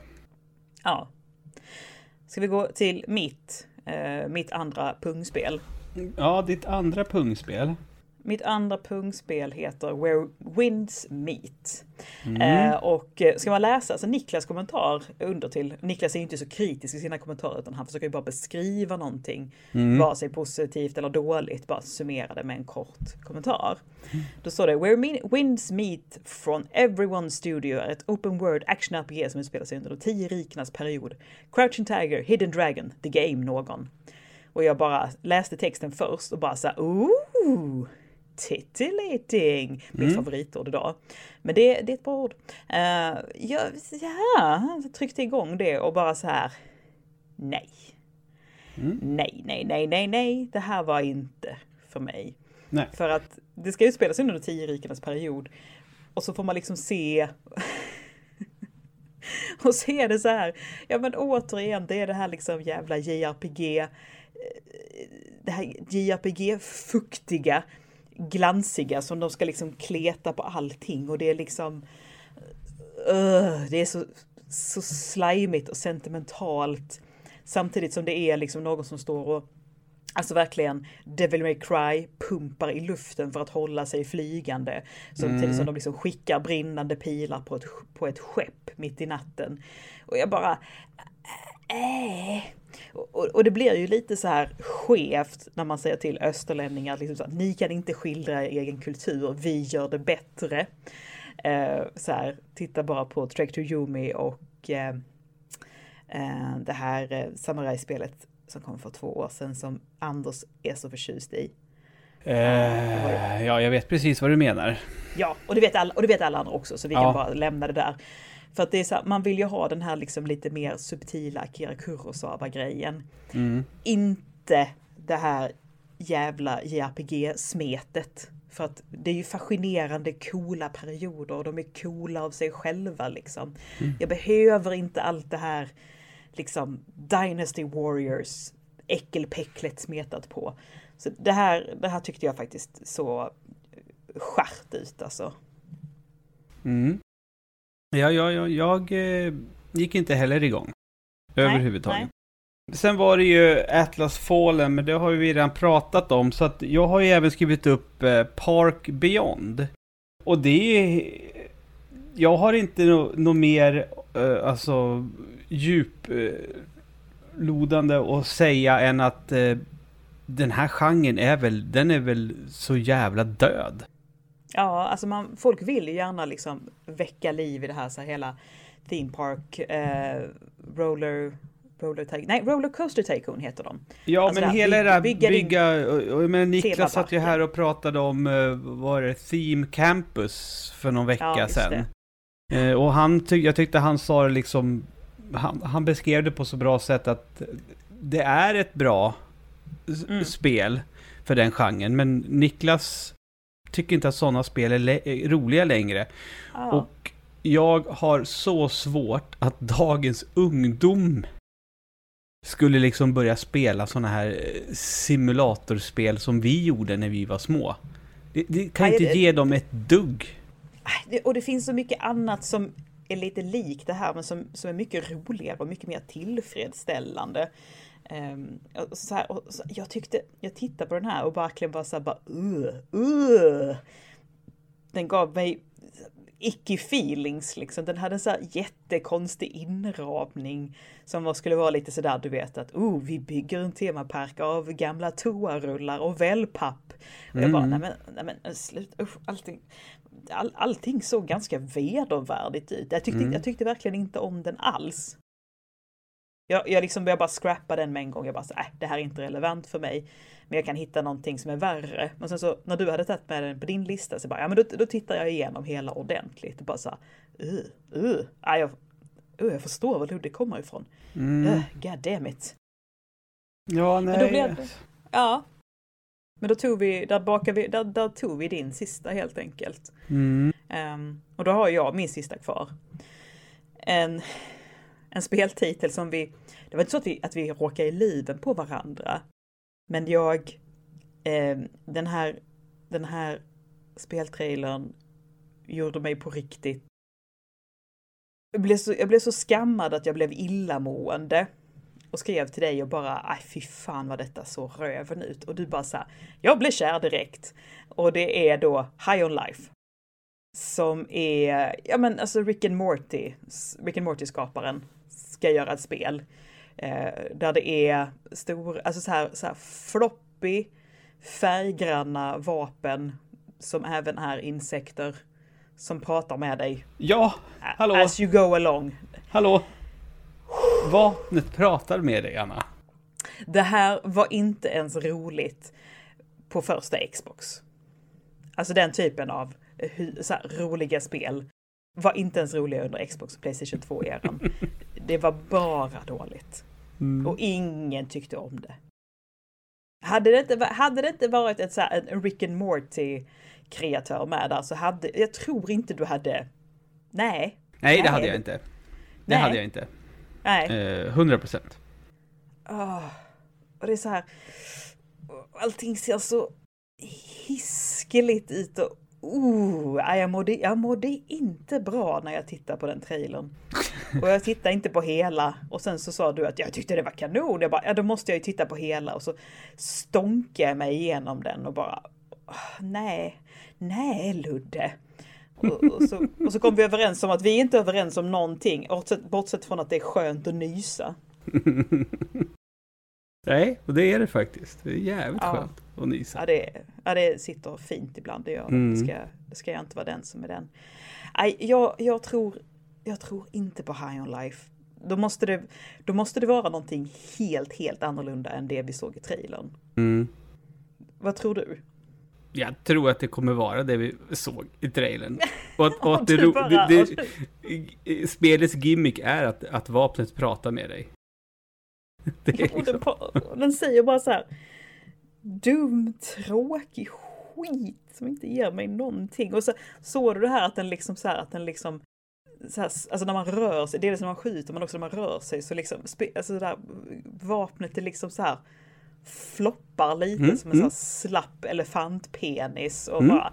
Speaker 1: Ska vi gå till mitt andra pungspel?
Speaker 2: Ja, ditt andra pungspel.
Speaker 1: Mitt andra pungspel heter Where Winds Meet. Och ska man läsa alltså Niklas kommentar under till, Niklas är ju inte så kritisk i sina kommentarer, utan han försöker ju bara beskriva någonting, vare sig positivt eller dåligt, bara summera det med en kort kommentar. Då står det, Where Winds Meet från Everyone Studio är ett open world action RPG som utspelar sig under de 10 rikernas period. Crouching Tiger, Hidden Dragon, The Game någon. Och jag bara läste texten först och bara så här, ooh, titillating, mitt favoritord idag. Men det är ett bra ord. Jag tryckte igång det och bara så här, nej. Nej. Det här var inte för mig.
Speaker 2: Nej.
Speaker 1: För att det ska ju spelas under 10 rikernas period. Och så får man liksom se... och så är det så här, ja men återigen, det är det här liksom jävla JRPG, det här JRPG-fuktiga, glansiga som de ska liksom kleta på allting, och det är liksom det är så slimigt och sentimentalt, samtidigt som det är liksom någon som står och alltså verkligen Devil May Cry pumpar i luften för att hålla sig flygande. Samtidigt som de liksom skickar brinnande pilar på ett skepp mitt i natten. Och jag bara... Och det blir ju lite så här skevt när man säger till österlänningar liksom så att ni kan inte skildra er egen kultur, vi gör det bättre. Så här, titta bara på Trek to Yomi och det här samurajspelet som kom för 2 år sedan som Anders är så förtjust i.
Speaker 2: Ja, jag vet precis vad du menar.
Speaker 1: Ja, och det vet alla andra också, så vi kan bara lämna det där. För att det är så här, man vill ju ha den här liksom lite mer subtila Akira Kurosawa-grejen. Inte det här jävla JRPG-smetet. För att det är ju fascinerande coola perioder och de är coola av sig själva liksom. Jag behöver inte allt det här liksom Dynasty Warriors äckelpäcklet smetat på. Så det här tyckte jag faktiskt så skärt ut alltså.
Speaker 2: Jag gick inte heller igång. Överhuvudtaget. Nej. Sen var det ju Atlas Fallen, men det har vi redan pratat om. Så att jag har ju även skrivit upp Park Beyond. Och det är... Jag har inte något mer alltså djuplodande att säga än att den här genren är väl så jävla död.
Speaker 1: Ja, alltså folk vill ju gärna liksom väcka liv i det här, så här hela theme park, roller coaster tycoon heter de.
Speaker 2: Ja,
Speaker 1: alltså
Speaker 2: men hela det där bygga och Niklas satt ju här och pratade om vad är det, Theme Campus för någon vecka sedan. Och jag tyckte han sa det liksom, han beskrev det på så bra sätt att det är ett bra spel för den genren, men Niklas tycker inte att sådana spel är roliga längre. Och jag har så svårt att dagens ungdom skulle liksom börja spela sådana här simulatorspel som vi gjorde när vi var små. Det kan inte ge dem ett dugg.
Speaker 1: Och det finns så mycket annat som är lite likt det här, men som är mycket roligare och mycket mer tillfredsställande. Jag tittade på den här och verkligen var så här bara den gav mig icky feelings liksom. Den hade en så här jättekonstig inramning som skulle vara lite sådär, du vet att vi bygger en temapark av gamla toarullar och wellpapp. Och jag bara, nej men slut, allting såg ganska vedervärdigt ut. Jag tyckte verkligen inte om den alls. Jag liksom började bara scrappa den med en gång. Jag bara så, det här är inte relevant för mig. Men jag kan hitta någonting som är värre. Men sen så, när du hade tagit med den på din lista, så bara, ja men då tittar jag igenom hela ordentligt. Och bara så här, jag förstår var det kommer ifrån. God damn it.
Speaker 2: Ja, nej.
Speaker 1: Men då blev det, men då tog vi din sista helt enkelt. Och då har jag min sista kvar. En speltitel som det var inte så att vi råkade i liven på varandra. Men den här speltrailern gjorde mig på riktigt. Jag blev så skammad att jag blev illamående. Och skrev till dig och bara, fy fan vad detta så röven ut. Och du bara så här, jag blev kär direkt. Och det är då High on Life. Som är, alltså Rick and Morty-skaparen ska göra ett spel. Där det är alltså så här floppy, färggranna vapen som även är insekter som pratar med dig.
Speaker 2: Ja, hallå.
Speaker 1: As you go along.
Speaker 2: Hallå. Vapnet pratar med dig, Anna.
Speaker 1: Det här var inte ens roligt på första Xbox. Alltså den typen av så här roliga spel var inte ens roliga under Xbox och PlayStation 2-eran. Det var bara dåligt. Och ingen tyckte om det. Hade det inte varit en Rick and Morty-kreatör med där, så jag tror inte du hade... Nej,
Speaker 2: det hade jag inte. Det hade jag inte.
Speaker 1: Nej.
Speaker 2: 100%.
Speaker 1: Och det är så här... Allting ser så hiskeligt ut och... jag mådde inte bra när jag tittade på den trailern. Och jag tittade inte på hela. Och sen så sa du att jag tyckte det var kanon. Jag bara, då måste jag ju titta på hela. Och så stonkade jag mig igenom den och bara... Nej, Ludde. Och så kom vi överens om att vi inte är överens om någonting. Bortsett från att det är skönt att nysa.
Speaker 2: Nej, och det är det faktiskt. Det är jävligt skönt att nysa.
Speaker 1: Ja, det sitter fint ibland. Det gör det. Det ska jag inte vara den som är den. Nej, jag tror inte på High on Life. Då måste det vara någonting helt annorlunda än det vi såg i trailern. Vad tror du?
Speaker 2: Jag tror att det kommer vara det vi såg i trailern. Och att spelets gimmick är att vapnet pratar med dig. Det är liksom...
Speaker 1: den säger bara så här: dum, tråkig skit som inte ger mig någonting. Och så såg du det här att den liksom så här, alltså när man rör sig, dels när man skjuter men också när man rör sig, så liksom alltså det där vapnet är liksom så här floppar lite som en så här slapp elefantpenis och bara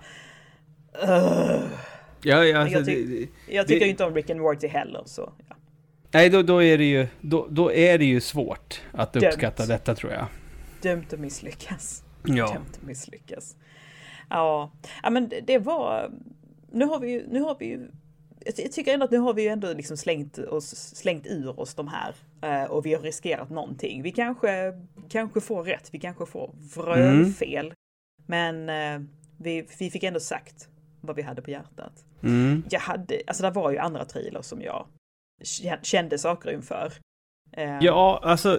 Speaker 1: jag tycker inte om Rick and Morty heller, så ja.
Speaker 2: Nej, då är det ju svårt att uppskatta detta, tror jag.
Speaker 1: Dömt att misslyckas.
Speaker 2: Ja.
Speaker 1: Dömt att misslyckas. Ja, men det var... Nu har vi ju jag tycker ändå att nu har vi ju ändå liksom slängt ur oss de här. Och vi har riskerat någonting. Vi kanske får rätt. Vi kanske får vrölfel. Men vi fick ändå sagt vad vi hade på hjärtat. Det var ju andra trailers som jag kände saker inför.
Speaker 2: Ja, alltså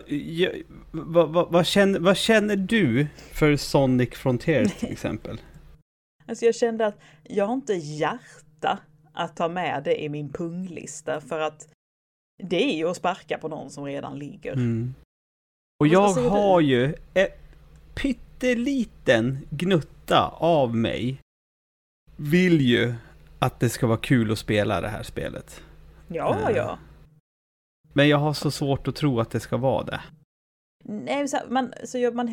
Speaker 2: vad känner du för Sonic Frontiers till exempel?
Speaker 1: Alltså jag kände att jag har inte hjärta att ta med det i min punglista, för att det är ju att sparka på någon som redan ligger.
Speaker 2: Och jag har ju en pytteliten gnutta av mig vill ju att det ska vara kul att spela det här spelet.
Speaker 1: Ja.
Speaker 2: Men jag har så svårt att tro att det ska vara det.
Speaker 1: Nej, man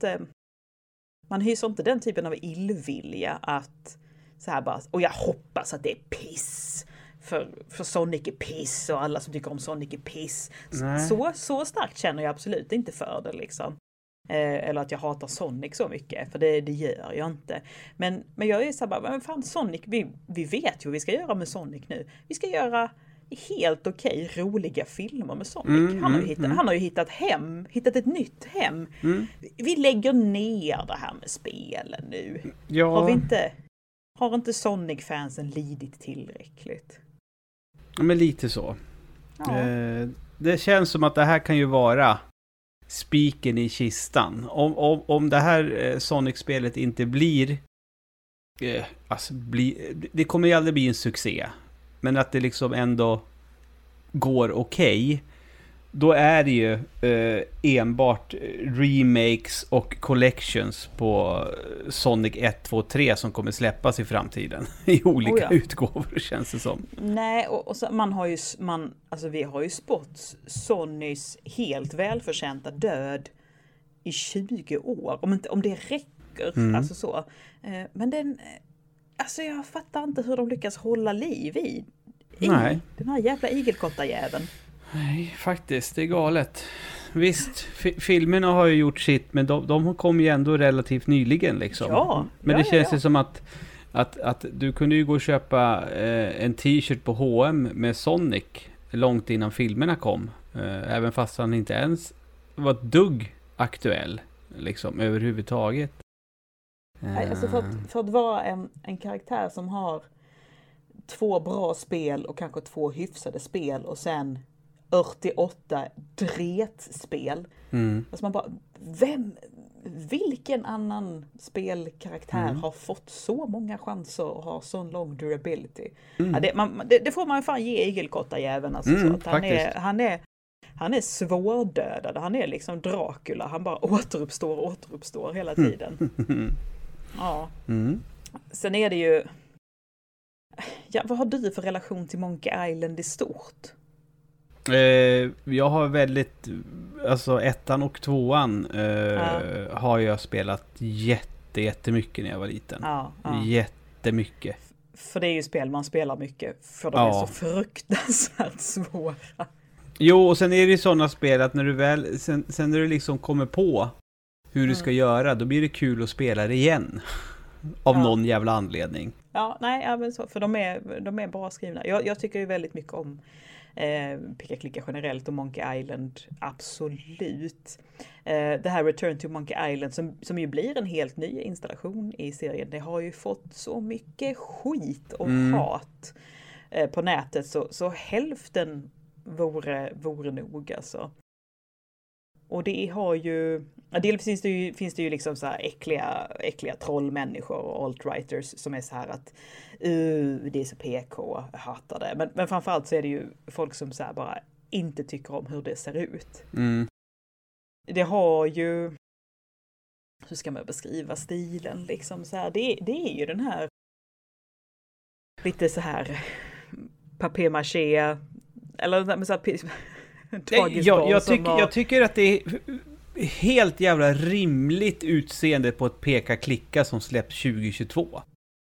Speaker 1: hyser inte den typen av illvilja att så här bara, och jag hoppas att det är piss. För Sonic är piss och alla som tycker om Sonic är piss. Så starkt känner jag absolut inte för det liksom. Eller att jag hatar Sonic så mycket, för det gör jag inte. Men jag är så här bara, men fan Sonic, vi vet ju vad vi ska göra med Sonic nu. Vi ska göra helt okej, roliga filmer med Sonic. Han har ju hittat ett nytt hem. Vi lägger ner det här med spelen nu.
Speaker 2: Ja.
Speaker 1: Har inte Sonic-fansen lidit tillräckligt?
Speaker 2: Men lite så.
Speaker 1: Ja.
Speaker 2: Det känns som att det här kan ju vara spiken i kistan. Om det här Sonic-spelet inte blir... det kommer ju aldrig bli en succé. Men att det liksom ändå går okej. Då är det ju enbart remakes och collections på Sonic 1, 2, 3 som kommer släppas i framtiden. I olika utgåvor, känns det som. Nej,
Speaker 1: och så vi har ju spått Sonys helt välförtjänta död i 20 år. Om det räcker, alltså så. Men jag fattar inte hur de lyckas hålla liv i den här jävla igelkottarjäveln.
Speaker 2: Nej, faktiskt. Det är galet. Visst, filmerna har ju gjort sitt, men de kom ju ändå relativt nyligen liksom.
Speaker 1: Ja,
Speaker 2: men det känns ju som att du kunde ju gå och köpa en t-shirt på H&M med Sonic långt innan filmerna kom. Även fast han inte ens var ett dugg aktuell liksom överhuvudtaget.
Speaker 1: Nej, alltså för att vara en karaktär som har 2 bra spel och kanske 2 hyfsade spel och sen 88 dretspel. Alltså man bara, vilken annan spelkaraktär har fått så många chanser och har sån lång durability? Ja, det får man fan ge igelkottarjäveln. Alltså, så att Han är svårdödad. Han är liksom Dracula. Han bara återuppstår hela tiden. Ja. Sen är det ju... Ja, vad har du för relation till Monkey Island i stort?
Speaker 2: Jag har väldigt... Alltså 1:an och 2:an har jag spelat jättemycket när jag var liten. Jättemycket.
Speaker 1: För det är ju spel man spelar mycket. För de är så fruktansvärt svåra.
Speaker 2: Jo, och sen är det ju sådana spel att när du väl... Sen när du liksom kommer på hur du ska göra, då blir det kul att spela det igen. Av någon jävla anledning.
Speaker 1: Ja, nej, men så, för de är bra skrivna. Jag tycker ju väldigt mycket om picka-klicka generellt och Monkey Island, absolut. Det här Return to Monkey Island som ju blir en helt ny installation i serien, det har ju fått så mycket skit och hat på nätet, så hälften vore nog alltså. Och det har ju... Dels finns det ju liksom så här äckliga trollmänniskor och alt-writers som är så här att det är så PK, jag hatar det. Men framförallt så är det ju folk som så här bara inte tycker om hur det ser ut. Det har ju... Hur ska man beskriva stilen liksom så här? Det är ju den här lite så här papier-maché eller så här... Jag tycker att det är helt jävla rimligt utseende på ett peka-klicka som släpps 2022.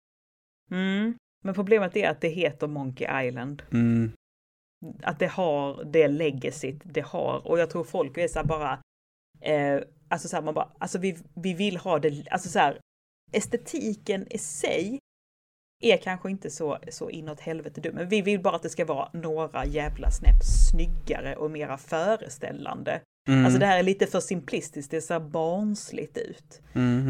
Speaker 1: Men problemet är att det heter Monkey Island. Att det har det legacyt det har. Och jag tror folk är så här bara... alltså så här, man bara... Alltså vi vill ha det... Alltså så här, estetiken i sig är kanske inte så inåt helvete dum. Men vi vill bara att det ska vara några jävla snäpp snyggare och mera föreställande. Alltså det här är lite för simplistiskt. Det ser barnsligt ut.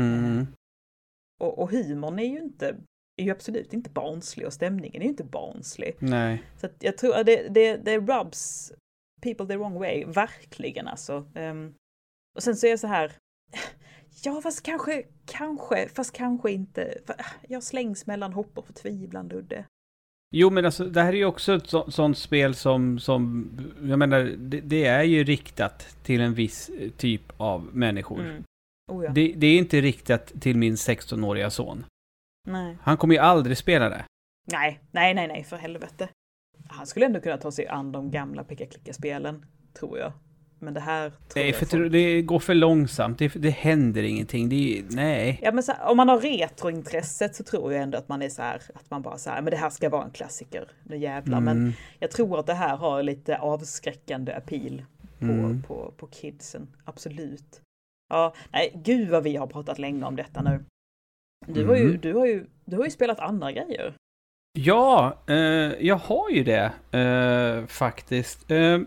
Speaker 1: Och humorn är ju absolut inte barnslig. Och stämningen är ju inte barnslig.
Speaker 2: Nej. Så
Speaker 1: att jag tror att det rubs people the wrong way. Verkligen alltså. Och sen så är det så här... Ja, fast kanske inte. Jag slängs mellan hopp och förtvivlan, Ludde. Jo, men alltså det här är ju också ett sånt spel som jag menar, det är ju riktat till en viss typ av människor. Ja. Det är inte riktat till min 16-åriga son. Nej. Han kommer ju aldrig spela det. Nej, för helvete. Han skulle ändå kunna ta sig an de gamla picka-klicka-spelen, tror jag. Men det här
Speaker 2: det går för långsamt. Det händer ingenting. Nej.
Speaker 1: Ja, men så, om man har retrointresset så tror jag ändå att man är så här, att man bara så här, men det här ska vara en klassiker. Nu jävlar. Men jag tror att det här har lite avskräckande appeal på kidsen. Absolut. Ja, nej, gud vad vi har pratat länge om detta nu. Du har ju spelat andra grejer.
Speaker 2: Ja, jag har ju det faktiskt.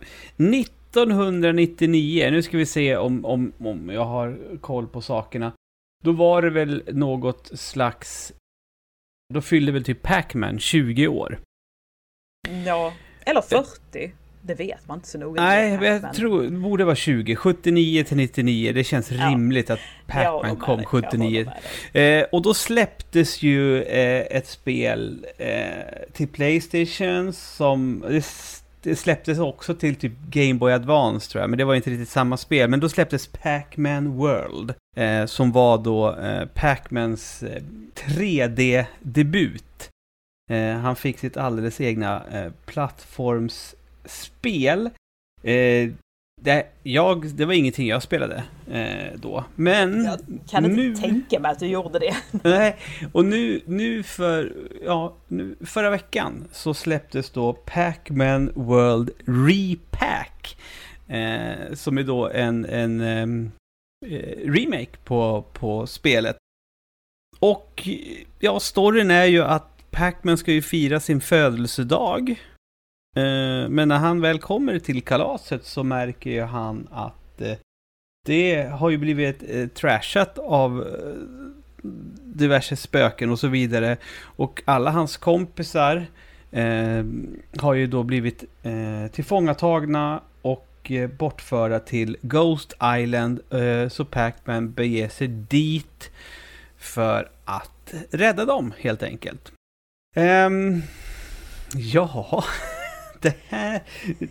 Speaker 2: 1999, nu ska vi se om jag har koll på sakerna. Då var det väl något slags... Då fyllde väl typ Pac-Man 20 år.
Speaker 1: Ja, eller 40. Det vet man inte så noga.
Speaker 2: Nej, jag tror det borde vara 20. 79 till 99. Det känns rimligt att Pac-Man kom 79. Och då släpptes ju ett spel till PlayStation som... Det släpptes också till typ Game Boy Advance, tror jag. Men det var inte riktigt samma spel. Men då släpptes Pac-Man World. Som var då Pac-Mans 3D-debut. Han fick sitt alldeles egna plattformsspel. Det var ingetting jag spelade då. Men
Speaker 1: jag kan inte tänka mig att du gjorde det.
Speaker 2: Nej, och förra veckan så släpptes då Pac-Man World Repack. Som är då en remake på spelet. Och ja, storyn är ju att Pac-Man ska ju fira sin födelsedag. Men när han väl kommer till kalaset så märker ju han att det har ju blivit trashat av diverse spöken och så vidare. Och alla hans kompisar har ju då blivit tillfångatagna och bortförda till Ghost Island. Så Pac-Man beger sig dit för att rädda dem helt enkelt. Ja... det här...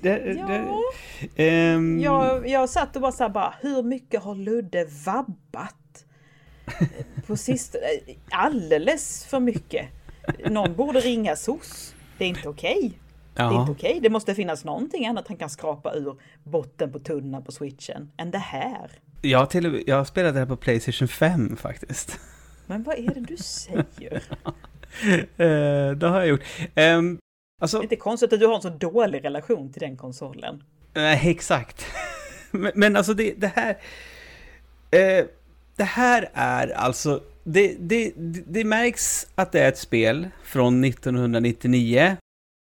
Speaker 1: Jag satt och bara så här, bara, hur mycket har Ludde vabbat? På sista... Alldeles för mycket. Någon borde ringa SOS. Det är inte okej. Det är inte okej. Det måste finnas någonting annat han kan skrapa ur botten på tunnan på Switchen än det här.
Speaker 2: Jag spelade det här på PlayStation 5 faktiskt.
Speaker 1: Men vad är det du säger?
Speaker 2: Det har jag gjort. Alltså,
Speaker 1: det är inte konstigt att du har en så dålig relation till den konsolen.
Speaker 2: Exakt. men alltså det här... det här är alltså... Det märks att det är ett spel från 1999.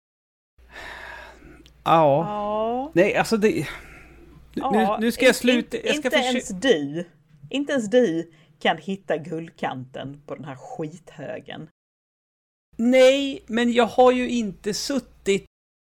Speaker 2: Ja. Nej, alltså det... Nu ska jag sluta... Inte
Speaker 1: ens du kan hitta guldkanten på den här skithögen.
Speaker 2: Nej, men jag har ju inte suttit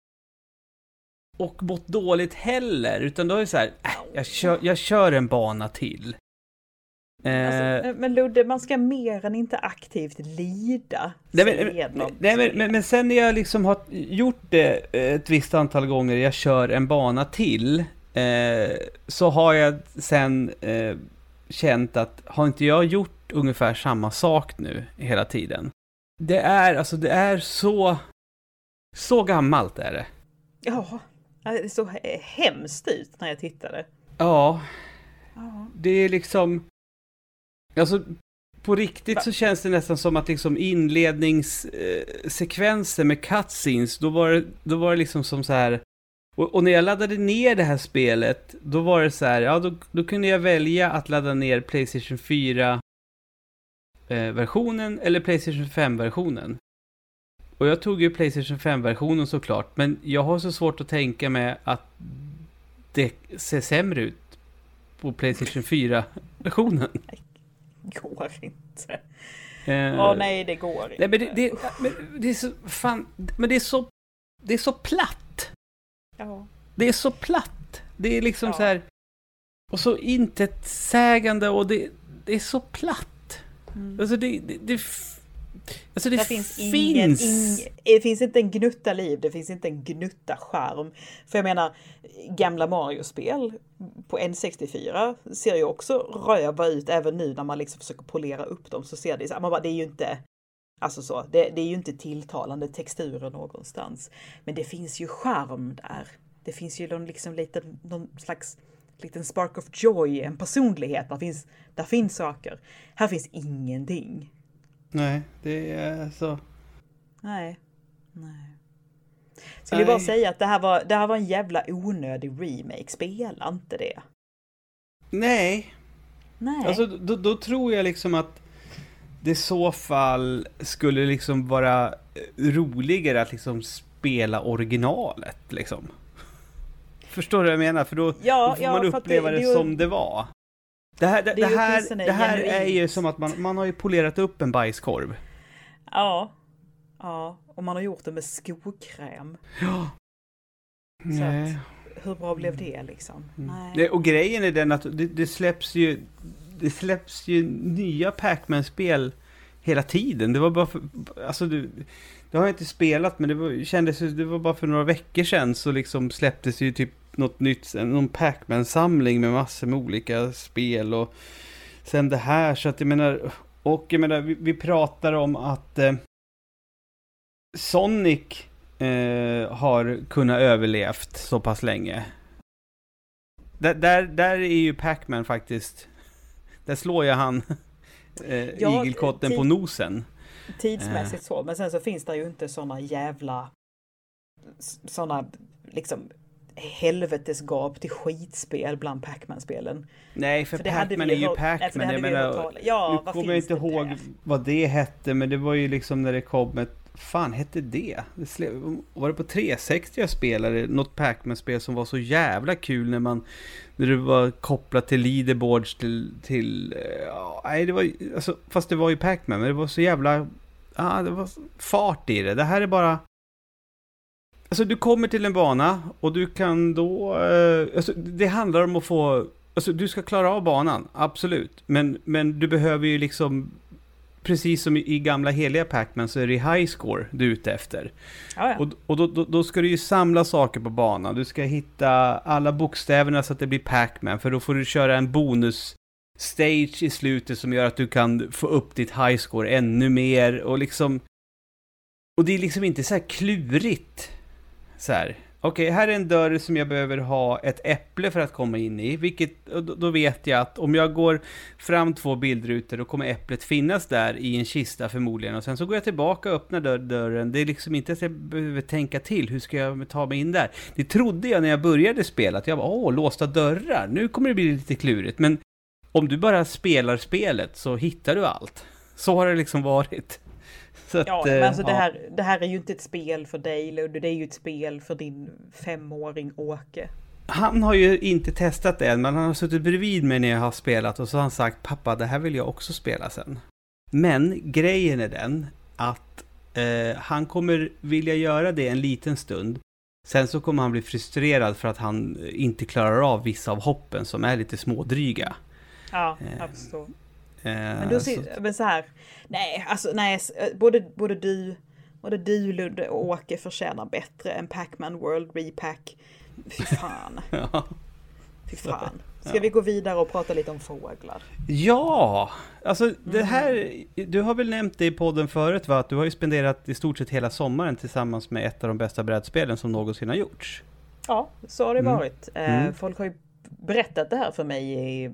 Speaker 2: och mått dåligt heller. Utan då är det så här, jag kör en bana till.
Speaker 1: Men Ludde, man ska mer än inte aktivt lida.
Speaker 2: Men sen när jag liksom har gjort det ett visst antal gånger, jag kör en bana till, så har jag sen känt att har inte jag gjort ungefär samma sak nu hela tiden? Det är så gammalt är det.
Speaker 1: Ja, det så hemskt ut när jag tittade.
Speaker 2: Ja. Det är liksom... Alltså, på riktigt så känns det nästan som att liksom inledningssekvenser med cutscenes, då var det liksom som så här... Och när jag laddade ner det här spelet, då var det så här, då kunde jag välja att ladda ner PlayStation 4 versionen eller PlayStation 5-versionen. Och jag tog ju PlayStation 5-versionen såklart, men jag har så svårt att tänka mig att det ser sämre ut på PlayStation 4-versionen.
Speaker 1: Det går inte. Nej, det går
Speaker 2: Nej,
Speaker 1: inte.
Speaker 2: men det är så fan, men det är så platt.
Speaker 1: Ja.
Speaker 2: Det är så platt. Det är liksom så här, och så intetsägande, och det är så platt. Alltså det
Speaker 1: finns inte en gnutta liv, det finns inte en gnutta charm. För jag menar, gamla Mario-spel på N64 ser ju också röva ut även nu när man liksom försöker polera upp dem, så ser det så man bara, det är ju inte alltså så, det är ju inte tilltalande texturer någonstans, men det finns ju charm där. Det finns ju någon slags liten spark of joy, en personlighet. Där finns saker. Här finns ingenting.
Speaker 2: Nej, det är så.
Speaker 1: Nej. Skulle jag bara säga att det här var en jävla onödig remake. Spela inte det.
Speaker 2: Nej. Alltså då tror jag liksom att det i så fall skulle liksom vara roligare att liksom spela originalet liksom. Förstår du vad jag menar? För då får man uppleva det som det var. Det här är ju som att man har ju polerat upp en bajskorv.
Speaker 1: Ja, och man har gjort det med skokräm.
Speaker 2: Ja.
Speaker 1: Så att, hur bra blev det liksom?
Speaker 2: Nej. Och grejen är den att det släpps ju nya Pac-Man-spel hela tiden. Det var bara det har jag inte spelat, men det var bara för några veckor sedan så liksom släpptes ju typ något nytt, någon Pac-Man-samling med massor med olika spel och sen det här, så att jag menar, vi pratar om att Sonic har kunnat överlevt så pass länge. Där är ju Pac-Man faktiskt, där slår jag han igelkotten på nosen.
Speaker 1: Tidsmässigt så, men sen så finns det ju inte såna liksom helvetesgap till skitspel bland Pac-Man-spelen.
Speaker 2: Nej, för Pac-Man är ju Pac-Man. Jag menar, nu kommer jag inte ihåg vad det hette, men det var ju liksom när det kom ett... Fan hette det? Var det på 360 jag spelade något Pac-Man-spel som var så jävla kul när det var kopplat till leaderboards till nej, det var alltså, fast det var ju Pac-Man, men det var så jävla det var fart i det. Det här är bara... Alltså du kommer till en bana och du kan då... alltså, det handlar om att få... Alltså du ska klara av banan, absolut. Men du behöver ju liksom precis som i gamla heliga Pac-Man så är det high score du är ute efter.
Speaker 1: Ja.
Speaker 2: Och då ska du ju samla saker på banan. Du ska hitta alla bokstäverna så att det blir Pac-Man, för då får du köra en bonus stage i slutet som gör att du kan få upp ditt high score ännu mer och liksom, och det är liksom inte så här klurigt så här. Okej, här är en dörr som jag behöver ha ett äpple för att komma in i, vilket då vet jag att om jag går fram 2 bildrutor då kommer äpplet finnas där i en kista förmodligen, och sen så går jag tillbaka och öppnar dörren. Det är liksom inte att jag behöver tänka till, hur ska jag ta mig in där? Det trodde jag när jag började spela, att jag bara, låsta dörrar, nu kommer det bli lite klurigt, men om du bara spelar spelet så hittar du allt. Så har det liksom varit. Så att,
Speaker 1: men alltså det här är ju inte ett spel för dig, Ludde. Det är ju ett spel för din 5-åring Åke.
Speaker 2: Han har ju inte testat det än, men han har suttit bredvid mig när jag har spelat och så har han sagt, pappa, det här vill jag också spela sen. Men grejen är den att han kommer vilja göra det en liten stund. Sen så kommer han bli frustrerad för att han inte klarar av vissa av hoppen som är lite smådryga.
Speaker 1: Ja, jag förstår. Men så här, nej, både du Ludde och Åke förtjänar bättre än Pac-Man World Repack. Fy fan.
Speaker 2: Ja.
Speaker 1: Fy fan. Ska vi gå vidare och prata lite om fåglar?
Speaker 2: Ja, alltså det här, du har väl nämnt det i podden förut, va? Att du har ju spenderat i stort sett hela sommaren tillsammans med ett av de bästa brädspelen som någonsin har gjorts.
Speaker 1: Ja, så har det varit. Folk har ju berättat det här för mig i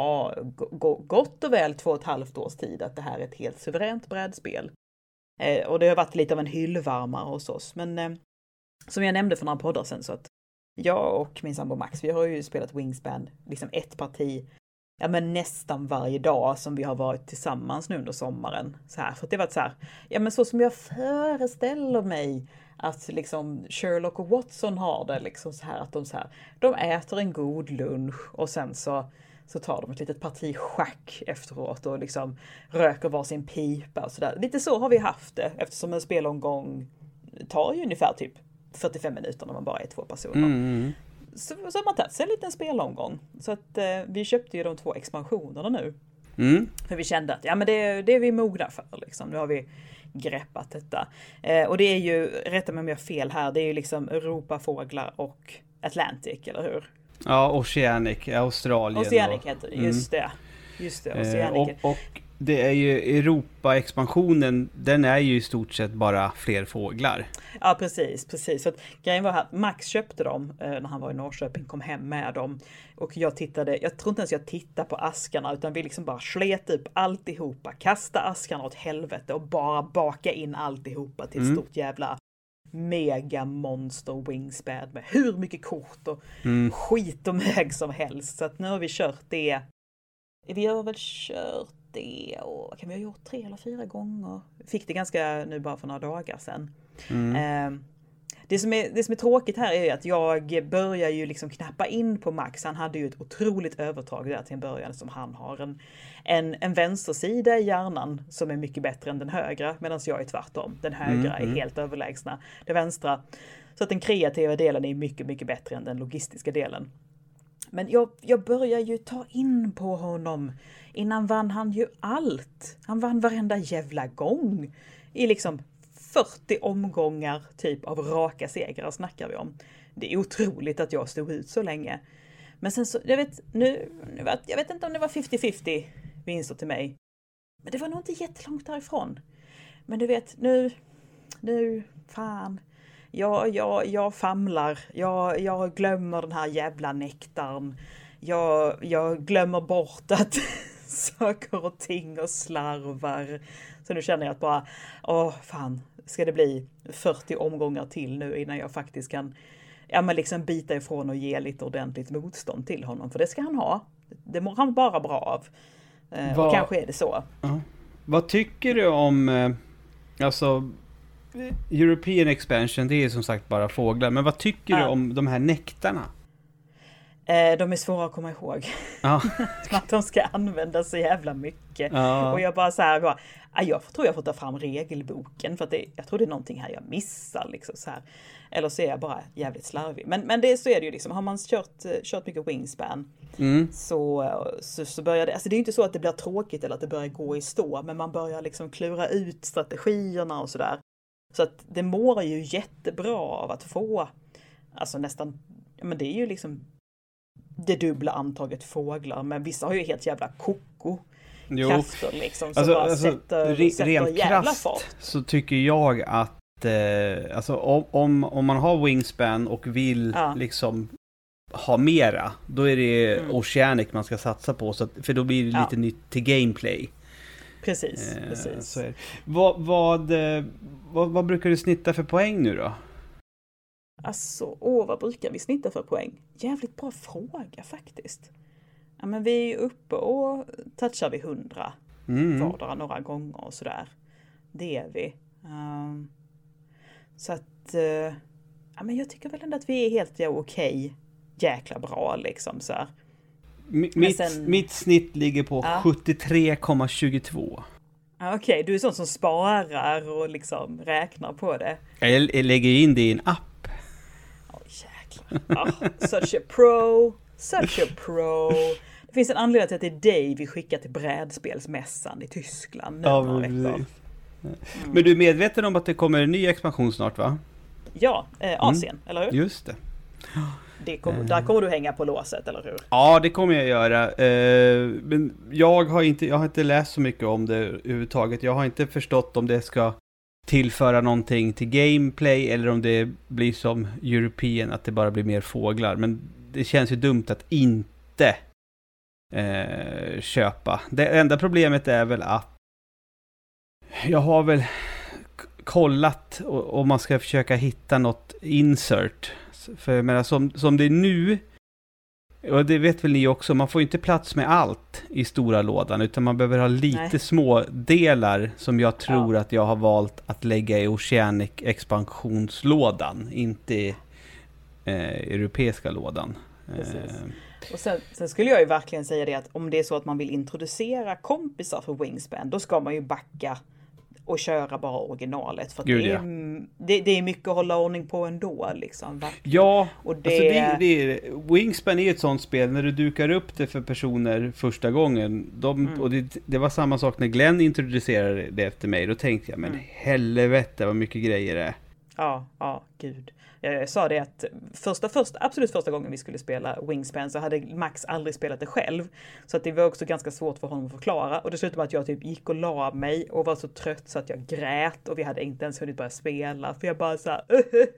Speaker 1: gott och väl 2,5 års tid, att det här är ett helt suveränt brädspel. Och det har varit lite av en hyllvärmare hos oss. Men som jag nämnde för några poddar sen, så att jag och min sambo Max, vi har ju spelat Wingspan, liksom ett parti, men nästan varje dag som vi har varit tillsammans nu under sommaren. Så här, för att det var så här, men så som jag föreställer mig att liksom Sherlock och Watson har det, liksom så här, att de äter en god lunch och sen så tar de ett litet parti schack efteråt och liksom röker varsin pipa och sådär. Lite så har vi haft det, eftersom en spelomgång tar ju ungefär typ 45 minuter när man bara är 2 personer. Så har man tagit sig en liten spelomgång. Så att vi köpte ju de 2 expansionerna nu. För vi kände att men det är vi mogna för. Liksom. Nu har vi greppat detta. Och det är ju, rätta mig om jag har fel här, det är ju liksom Europafåglar och Atlantic, eller hur?
Speaker 2: Ja, Oceanic, Australien.
Speaker 1: Oceanic heter det, just det, Oceanic.
Speaker 2: Och det är ju Europa-expansionen, den är ju i stort sett bara fler fåglar.
Speaker 1: Ja, precis. Så att grejen var att Max köpte dem när han var i Norrköping, kom hem med dem. Och jag tror inte ens jag tittade på askarna, utan vi liksom bara slet upp alltihopa, kasta askarna åt helvete och bara baka in alltihopa till ett stort jävla mega monster Wingspan med hur mycket kort och skit och mög som helst. Så att nu har vi kört det. Vi har väl kört det, och kan vi ha gjort 3 eller 4 gånger. Fick det ganska nu bara för några dagar sedan. Det som är tråkigt här är att jag börjar ju liksom knappa in på Max. Han hade ju ett otroligt övertag där till en början, som han har en vänstersida i hjärnan som är mycket bättre än den högra, medan jag är tvärtom. Den högra är helt överlägsna det vänstra. Så att den kreativa delen är mycket, mycket bättre än den logistiska delen. Men jag börjar ju ta in på honom. Innan vann han ju allt. Han vann varenda jävla gång. I liksom 40 omgångar typ av raka segrar snackar vi om. Det är otroligt att jag stod ut så länge. Men sen så, jag vet inte om det var 50-50 vinster till mig. Men det var nog inte jättelångt därifrån. Men du vet, nu, fan. Jag famlar. Jag glömmer den här jävla nektarn. Jag glömmer bort att saker och ting och slarvar. Så nu känner jag att bara, fan, ska det bli 40 omgångar till nu innan jag faktiskt kan liksom bita ifrån och ge lite ordentligt motstånd till honom. För det ska han ha. Det mår han bara bra av. Och kanske är det så.
Speaker 2: Vad tycker du om alltså European expansion? Det är som sagt bara fåglar. Men vad tycker du om de här nektarna?
Speaker 1: De är svåra att komma ihåg.
Speaker 2: Ja.
Speaker 1: Att de ska använda så jävla mycket. Och jag bara så här, jag tror jag får ta fram regelboken för att jag tror det är någonting här jag missar liksom så här. Eller så är jag bara jävligt slarvig. Men så är det ju liksom, har man kört mycket Wingspan så börjar det, alltså det är ju inte så att det blir tråkigt eller att det börjar gå i stå, men man börjar liksom klura ut strategierna och sådär. Så att det mår ju jättebra av att få, alltså nästan, men det är ju liksom det dubbla antaget fåglar, men vissa har ju helt jävla koko krafter liksom, som bara sätter
Speaker 2: rent
Speaker 1: jävla
Speaker 2: krasst
Speaker 1: fart.
Speaker 2: så tycker jag att alltså om man har Wingspan och vill liksom ha mera, då är det Oceanic man ska satsa på, så att, för då blir det lite nytt till gameplay.
Speaker 1: Precis.
Speaker 2: Så är det. Vad brukar du snitta för poäng nu då?
Speaker 1: Alltså, vad brukar vi snitta för poäng? Jävligt bra fråga faktiskt. Ja, men vi är uppe och touchar vi 100 vardera några gånger och sådär. Det är vi. Så att, ja, men jag tycker väl ändå att vi är helt okej. Jäkla bra liksom så här.
Speaker 2: Mitt snitt ligger på 73,22.
Speaker 1: Okej, du är sån som sparar och liksom räknar på det.
Speaker 2: Jag lägger in det i en app.
Speaker 1: Jäklar. Such a pro. Det finns en anledning till att det är dig vi skickar till brädspelsmässan i Tyskland nu några veckor.
Speaker 2: Men du är medveten om att det kommer en ny expansion snart, va?
Speaker 1: Ja, Asien, eller hur?
Speaker 2: Just det.
Speaker 1: Där kommer du hänga på låset, eller hur?
Speaker 2: Ja, det kommer jag göra. Men jag har inte läst så mycket om det överhuvudtaget. Jag har inte förstått om det ska tillföra någonting till gameplay eller om det blir som European, att det bara blir mer fåglar. Men det känns ju dumt att inte köpa. Det enda problemet är väl att jag har väl kollat om man ska försöka hitta något insert. För jag menar, som det är nu, och det vet väl ni också, man får inte plats med allt i stora lådan, utan man behöver ha lite små delar som jag tror att jag har valt att lägga i Oceanic expansionslådan, inte i europeiska lådan.
Speaker 1: Och sen skulle jag ju verkligen säga det att om det är så att man vill introducera kompisar för Wingspan, då ska man ju backa och köra bara originalet, för att det är mycket att hålla ordning på ändå liksom.
Speaker 2: Ja, och Wingspan är ett sånt spel när du dukar upp det för personer första gången. Och det var samma sak när Glenn introducerade det efter mig. Då tänkte jag, men helvete vad mycket grejer det är.
Speaker 1: Ja, gud. Jag sa det att absolut första gången vi skulle spela Wingspan så hade Max aldrig spelat det själv. Så att det var också ganska svårt för honom att förklara. Och det slutade med att jag typ gick och la mig och var så trött så att jag grät. Och vi hade inte ens hunnit börja spela. För jag bara så här.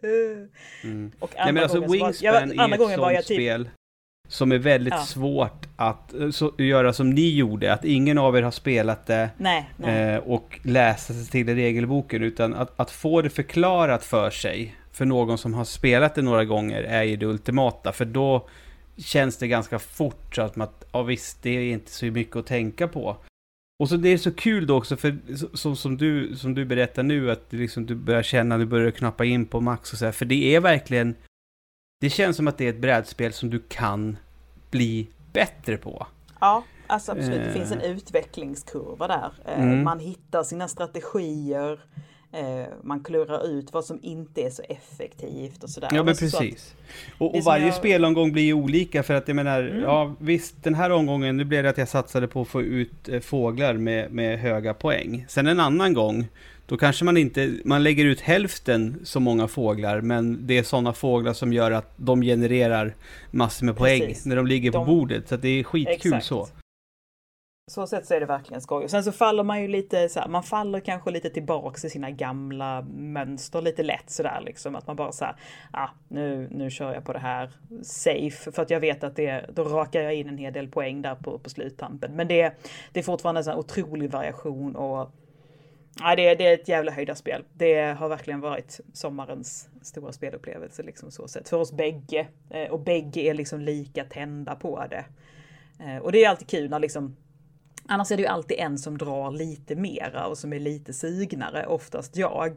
Speaker 1: Och andra gången
Speaker 2: Wingspan är ett sånt spel som är väldigt svårt att göra som ni gjorde. Att ingen av er har spelat det och läsa sig till regelboken. Utan att få det förklarat för sig för någon som har spelat det några gånger är ju det ultimata. För då känns det ganska fort så att man, visst, det är inte så mycket att tänka på. Och så det är så kul då också, för som du berättar nu, att liksom du börjar känna, du börjar knappa in på Max och så här, för det är verkligen, det känns som att det är ett brädspel som du kan bli bättre på.
Speaker 1: Ja, alltså absolut. Det finns en utvecklingskurva där. Man hittar sina strategier. Man klurar ut vad som inte är så effektivt och sådär.
Speaker 2: Ja, men precis. Och varje spelomgång blir olika, för att jag menar, visst, den här omgången, nu blev det att jag satsade på att få ut fåglar med höga poäng. Sen en annan gång, då kanske man lägger ut hälften så många fåglar, men det är sådana fåglar som gör att de genererar massor med poäng när de ligger på bordet. Så att det är skitkul så.
Speaker 1: Så sätt så är det verkligen skoj. Och sen så faller man ju lite så här, man faller kanske lite tillbaka i sina gamla mönster lite lätt sådär liksom, att man bara så här, nu kör jag på det här safe, för att jag vet att då rakar jag in en hel del poäng där på sluttampen. Men det är fortfarande en sån här otrolig variation, och det är ett jävla höjdarspel. Det har verkligen varit sommarens stora spelupplevelse liksom, så sett för oss bägge, och bägge är liksom lika tända på det. Och det är alltid kul när liksom, annars är det ju alltid en som drar lite mera och som är lite sugnare, oftast jag.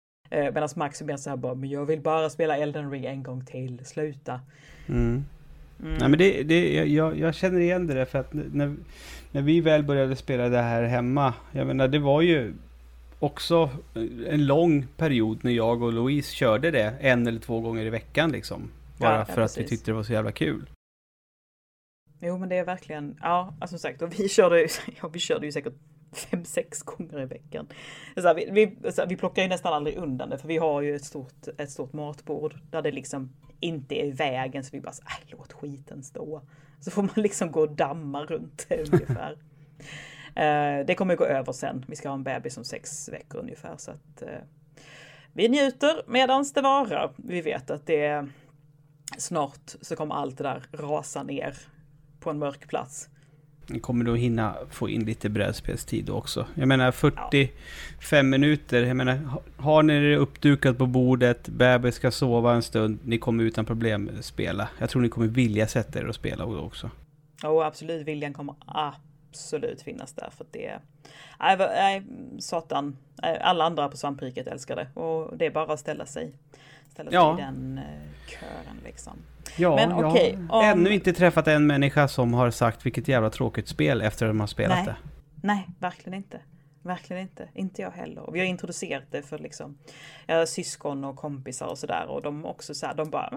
Speaker 1: Medan Max är mer så här bara, men jag vill bara spela Elden Ring en gång till, sluta.
Speaker 2: Nej, men jag känner igen det där, för att när vi väl började spela det här hemma, jag menar, det var ju också en lång period när jag och Louise körde det 1 eller 2 gånger i veckan liksom. Bara för att vi tyckte det var så jävla kul.
Speaker 1: Jo, men det är verkligen, ja, alltså, som sagt, och vi körde ju säkert 5-6 gånger i veckan. Vi plockar ju nästan aldrig undan det, för vi har ju ett stort matbord där det liksom inte är i vägen, så vi bara låt skiten stå. Så får man liksom gå och damma runt det ungefär. Det kommer gå över sen. Vi ska ha en bebis om 6 veckor ungefär, så att vi njuter medans det varar. Vi vet att det snart så kommer allt det där rasa ner på en mörk plats.
Speaker 2: Kommer du hinna få in lite brädspelstid också? Jag menar 45 minuter. Jag menar, har ni det uppdukat på bordet, bebis ska sova en stund, ni kommer utan problem spela. Jag tror ni kommer vilja sätta er och spela också.
Speaker 1: Ja, absolut. Viljan kommer absolut finnas där, för det satan. Alla andra på svampriket älskar det, och det är bara att ställa sig i den kören liksom.
Speaker 2: Ja, men jag har ännu inte träffat en människa som har sagt vilket jävla tråkigt spel efter att de har spelat det.
Speaker 1: Nej, verkligen inte. Verkligen inte. Inte jag heller. Och vi har introducerat det för liksom, jag har syskon och kompisar och sådär, och de också så här, de bara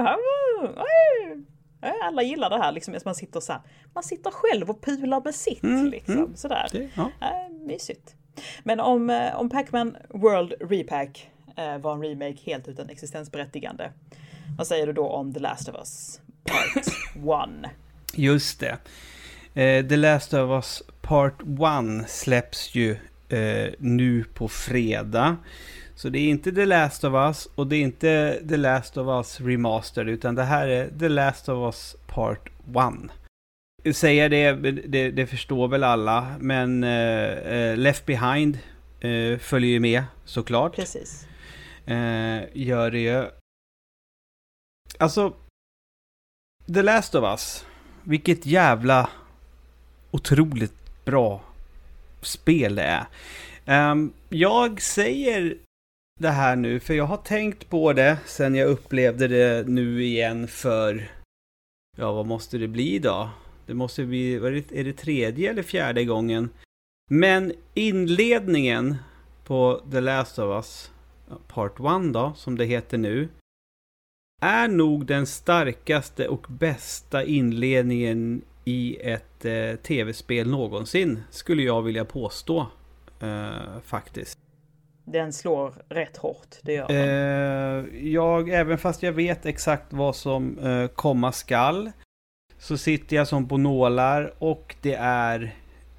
Speaker 1: alla gillar det här liksom, man sitter själv och pular med sitt liksom, sådär. Mysigt. Men om Pac-Man World Repack var en remake helt utan existensberättigande, vad säger du då om The Last of Us Part 1?
Speaker 2: Just det. The Last of Us Part 1 släpps ju nu på fredag. Så det är inte The Last of Us och det är inte The Last of Us Remastered, utan det här är The Last of Us Part 1. Säger det förstår väl alla, men Left Behind följer ju med såklart.
Speaker 1: Precis.
Speaker 2: Gör det ju. Alltså, The Last of Us, vilket jävla otroligt bra spel det är. Jag säger det här nu, för jag har tänkt på det sen jag upplevde det nu igen för, vad måste det bli då? Det måste bli, är det 3:e eller 4:e gången? Men inledningen på The Last of Us Part 1 då, som det heter nu, är nog den starkaste och bästa inledningen i ett tv-spel någonsin, skulle jag vilja påstå, faktiskt.
Speaker 1: Den slår rätt hårt, det gör den.
Speaker 2: Även fast jag vet exakt vad som komma skall, så sitter jag som på nålar, och det är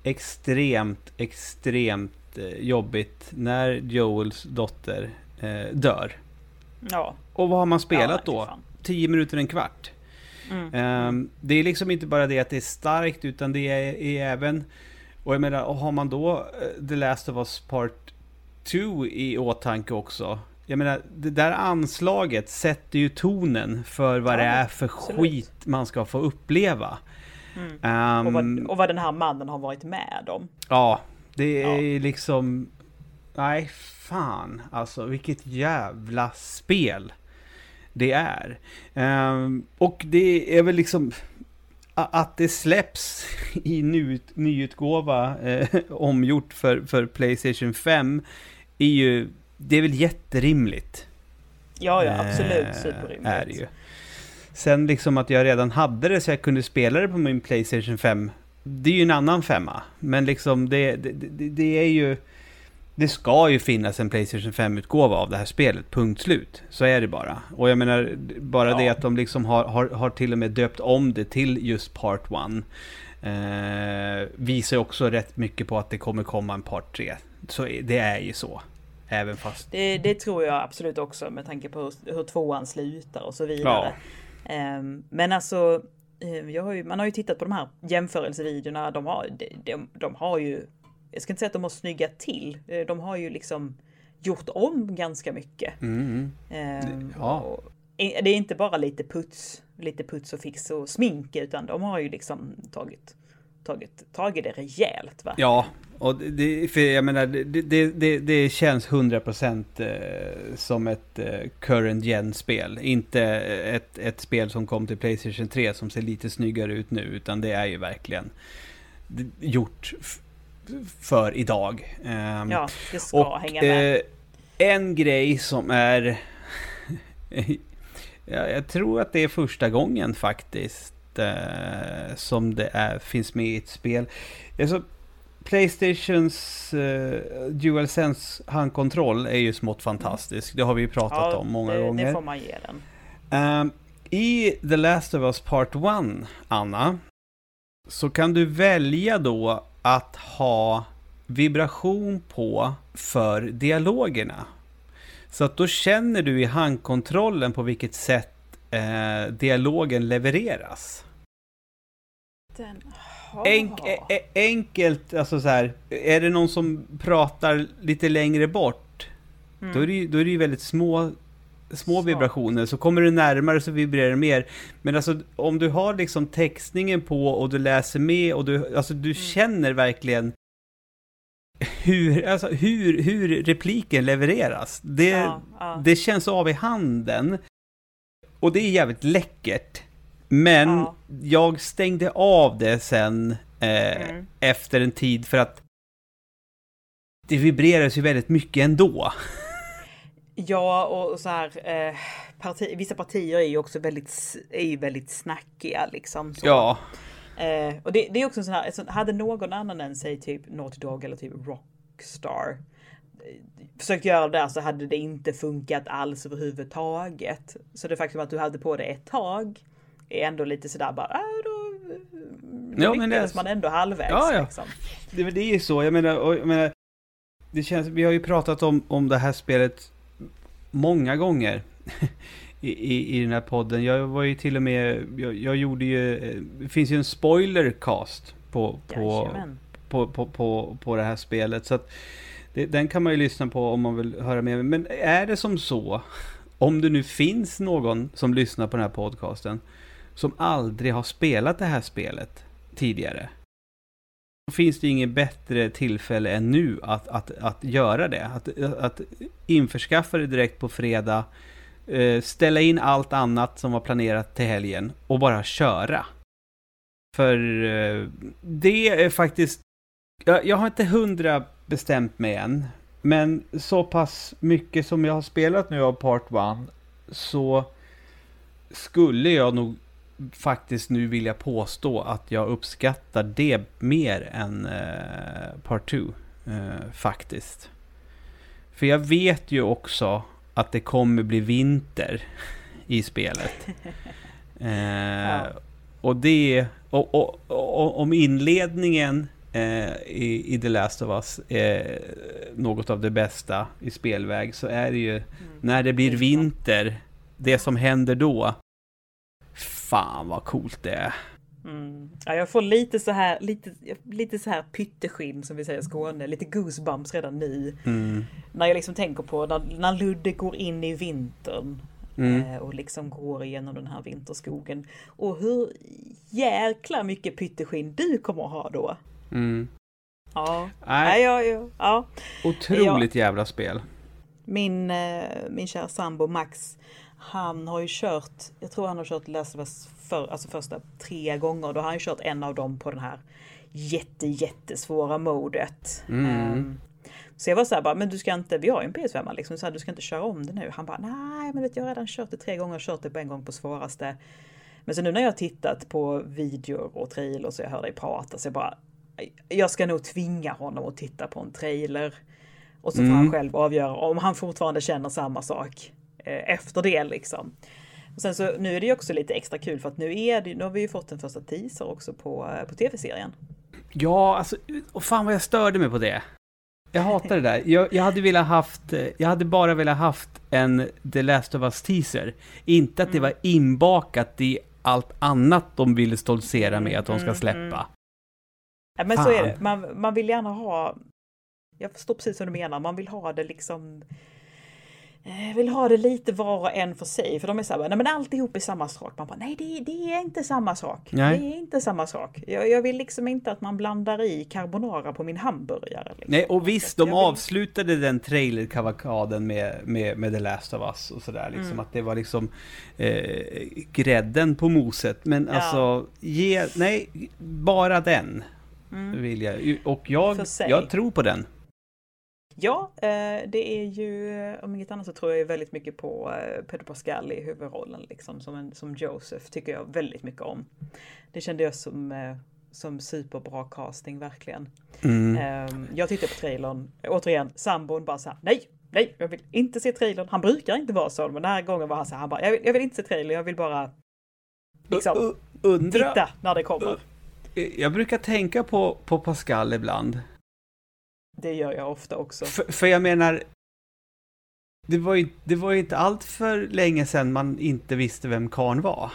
Speaker 2: extremt jobbigt när Joels dotter dör.
Speaker 1: Ja.
Speaker 2: Och vad har man spelat då? 10 minuter, en kvart. Det är liksom inte bara det att det är starkt, utan det är även, och jag menar, har man då The Last of Us Part 2 i åtanke också, jag menar, det där anslaget sätter ju tonen för vad det är för skit man ska få uppleva.
Speaker 1: Och vad den här mannen har varit med om.
Speaker 2: Ja, det är liksom, nej fan, alltså vilket jävla spel det är. Och det är väl liksom att det släpps i nyutgåva omgjort för PlayStation 5 det är väl jätterimligt.
Speaker 1: Ja, absolut, superrimligt.
Speaker 2: Är det ju. Sen liksom att jag redan hade det så jag kunde spela det på min PlayStation 5, det är ju en annan femma. Men liksom det är ju, det ska ju finnas en PlayStation 5-utgåva av det här spelet, punkt slut. Så är det bara. Och jag menar, bara det att de liksom har till och med döpt om det till just Part 1 visar också rätt mycket på att det kommer komma en Part 3. Så det är ju så. Även fast...
Speaker 1: Det tror jag absolut också, med tanke på hur 2:an slutar och så vidare. Ja. Men alltså, man har ju tittat på de här jämförelsevideorna. De har ju, jag ska inte säga att de har snyggat till. De har ju liksom gjort om ganska mycket. Det är inte bara lite puts och fix och smink, utan de har ju liksom tagit det rejält, va?
Speaker 2: Ja, Och för jag menar, det känns 100% som ett current gen-spel. Inte ett spel som kom till PlayStation 3 som ser lite snyggare ut nu, utan det är ju verkligen gjort för idag.
Speaker 1: Ja, det ska hänga med.
Speaker 2: En grej som är... jag tror att det är första gången faktiskt som det finns med i ett spel. Alltså, PlayStations DualSense handkontroll är ju smått fantastisk. Det har vi ju pratat om många gånger.
Speaker 1: Det får man ge den.
Speaker 2: I The Last of Us Part 1, Anna, så kan du välja då att ha vibration på för dialogerna. Så att då känner du i handkontrollen på vilket sätt dialogen levereras. Enkelt, alltså så här, är det någon som pratar lite längre bort, då är det ju väldigt små vibrationer. Så kommer du närmare så vibrerar det mer. Men alltså om du har liksom textningen på och du läser med och du känner verkligen hur repliken levereras. Det känns av i handen. Och det är jävligt läckert. Men jag stängde av det sen efter en tid, för att det vibreras ju väldigt mycket ändå. Ja, och så här vissa partier är ju också väldigt snackiga liksom. Så. Ja. Och det är också så här, hade någon annan än sig typ Naughty Dog eller typ Rockstar försökt göra det där, så hade det inte funkat alls överhuvudtaget. Så det faktum att du hade på det ett tag är ändå lite sådär bara, då lyckades man ändå halvvägs. Ja. Liksom. Det är ju så, jag menar, det känns, vi har ju pratat om det här spelet många gånger i den här podden. Jag var ju till och med, jag gjorde ju, det finns ju en spoilercast på det här spelet, så att den kan man ju lyssna på om man vill höra mer. Men är det som så, om det nu finns någon som lyssnar på den här podcasten som aldrig har spelat det här spelet tidigare, då finns det inget bättre tillfälle än nu att göra det. Att införskaffa det direkt på fredag, ställa in allt annat som var planerat till helgen och bara köra. För det är faktiskt, jag har inte 100 bestämt mig än, men så pass mycket som jag har spelat nu av Part 1, så skulle jag nog faktiskt nu vilja påstå att jag uppskattar det mer än Part 2 faktiskt. För jag vet ju också att det kommer bli vinter i spelet. Och det och om inledningen i The Last of Us är något av det bästa i spelväg, så är det ju när det blir vinter, det som händer då. Fan vad coolt det är. Ja, jag får lite så här pytteskinn, som vi säger i Skåne, lite goosebumps redan nu. När jag liksom tänker på när Ludde går in i vintern och liksom går igenom den här vinterskogen, och hur jäkla mycket pytteskinn du kommer att ha då. Ja. Ja. Otroligt jävla spel. Min kära sambo Max, han har ju kört, jag tror han har kört Last of Us första 3 gånger. Då har han ju kört en av dem på den här jättesvåra modet. Så jag var så här bara, men du ska inte, vi har ju en PS5 liksom, så här, du ska inte köra om det nu. Han bara, nej men jag har redan kört det 3 gånger, kört det på en gång på svåraste. Men så nu när jag har tittat på videor och trailer, så jag hör dig prata, så jag ska nog tvinga honom att titta på en trailer. Och så får han själv avgöra om han fortfarande känner samma sak efter det liksom. Och sen så nu är det ju också lite extra kul, för att nu har vi ju fått en första teaser också på tv-serien. Ja, alltså, och fan vad jag störde mig på det. Jag hatar det där. Jag hade bara velat haft en The Last of Us teaser. Inte att det var inbakat i allt annat de ville stoltsera med att de ska släppa. Ja, men fan. Så är det. Man vill gärna ha, jag förstår precis vad du menar, man vill ha det liksom
Speaker 1: vill ha det lite var och en för sig. För de är så här, nej men alltihop är samma sak. Man bara, nej det är inte samma sak.
Speaker 2: Nej.
Speaker 1: Det är inte samma sak. Jag vill liksom inte att man blandar i carbonara på min hamburgare. Liksom.
Speaker 2: Nej, och visst, de avslutade den trailer-kavakaden med The Last of Us och sådär. Liksom, att det var liksom grädden på moset. Men alltså, bara den vill jag. Och jag tror på den.
Speaker 1: Ja, det är ju, om inget annat så tror jag väldigt mycket på Pedro Pascal i huvudrollen liksom, som Joseph tycker jag väldigt mycket om. Det kände jag som superbra casting verkligen. Jag tittade på trailern, återigen, sambon bara så här, nej, jag vill inte se trailern. Han brukar inte vara så, men den här gången var han så här, han bara, jag vill inte se trailern, jag vill bara liksom titta när det kommer.
Speaker 2: Jag brukar tänka på Pascal ibland.
Speaker 1: Det gör jag ofta också.
Speaker 2: För jag menar, det var ju inte allt för länge sedan man inte visste vem Khan var.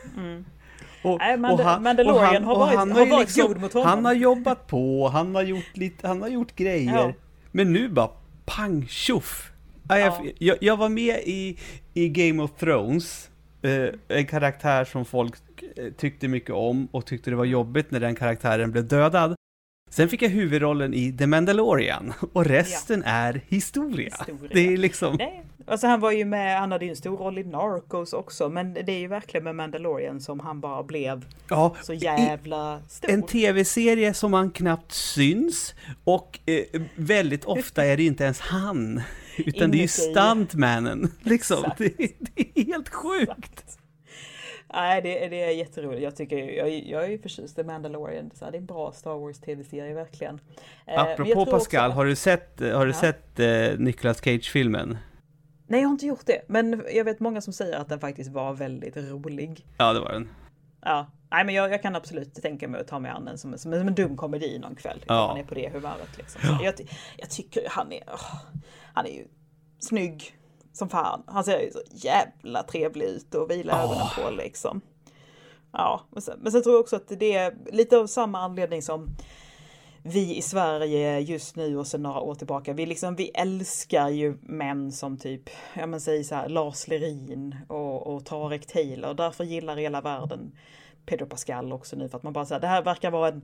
Speaker 1: Mandalorian har varit liksom, god mot honom.
Speaker 2: Han har jobbat på, han har gjort grejer. Ja. Men nu bara pang, tjoff. Jag var med i Game of Thrones. En karaktär som folk tyckte mycket om och tyckte det var jobbigt när den karaktären blev dödad. Sen fick jag huvudrollen i The Mandalorian och resten är historia. Det är liksom...
Speaker 1: Nej. Alltså han var ju med, han hade ju en stor roll i Narcos också, men det är ju verkligen med Mandalorian som han bara blev så jävla stor.
Speaker 2: En tv-serie som man knappt syns och väldigt ofta är det inte ens han, utan det är ju stuntmannen. Liksom. Det är helt sjukt.
Speaker 1: Nej, det är jätteroligt. Jag är ju förtjust i Mandalorian. Så det är en bra Star Wars tv-serie verkligen.
Speaker 2: Apropå Pascal, också, har du sett Nicolas Cage-filmen?
Speaker 1: Nej, jag har inte gjort det. Men jag vet många som säger att den faktiskt var väldigt rolig.
Speaker 2: Ja, det var den.
Speaker 1: Ja, nej, men jag kan absolut tänka mig att ta med den som en dum komedi någon kväll. Ja. Han är på det humöret liksom. Jag tycker han är ju snygg som fan. Han ser ju så jävla trevlig ut och vila ögonen på liksom. Ja, men sen tror jag också att det är lite av samma anledning som vi i Sverige just nu och sen några år tillbaka. Vi älskar ju män som typ, säger så här, Lars Lerin och Tarek Taylor. Därför gillar hela världen Pedro Pascal också nu. För att man bara säger, det här verkar vara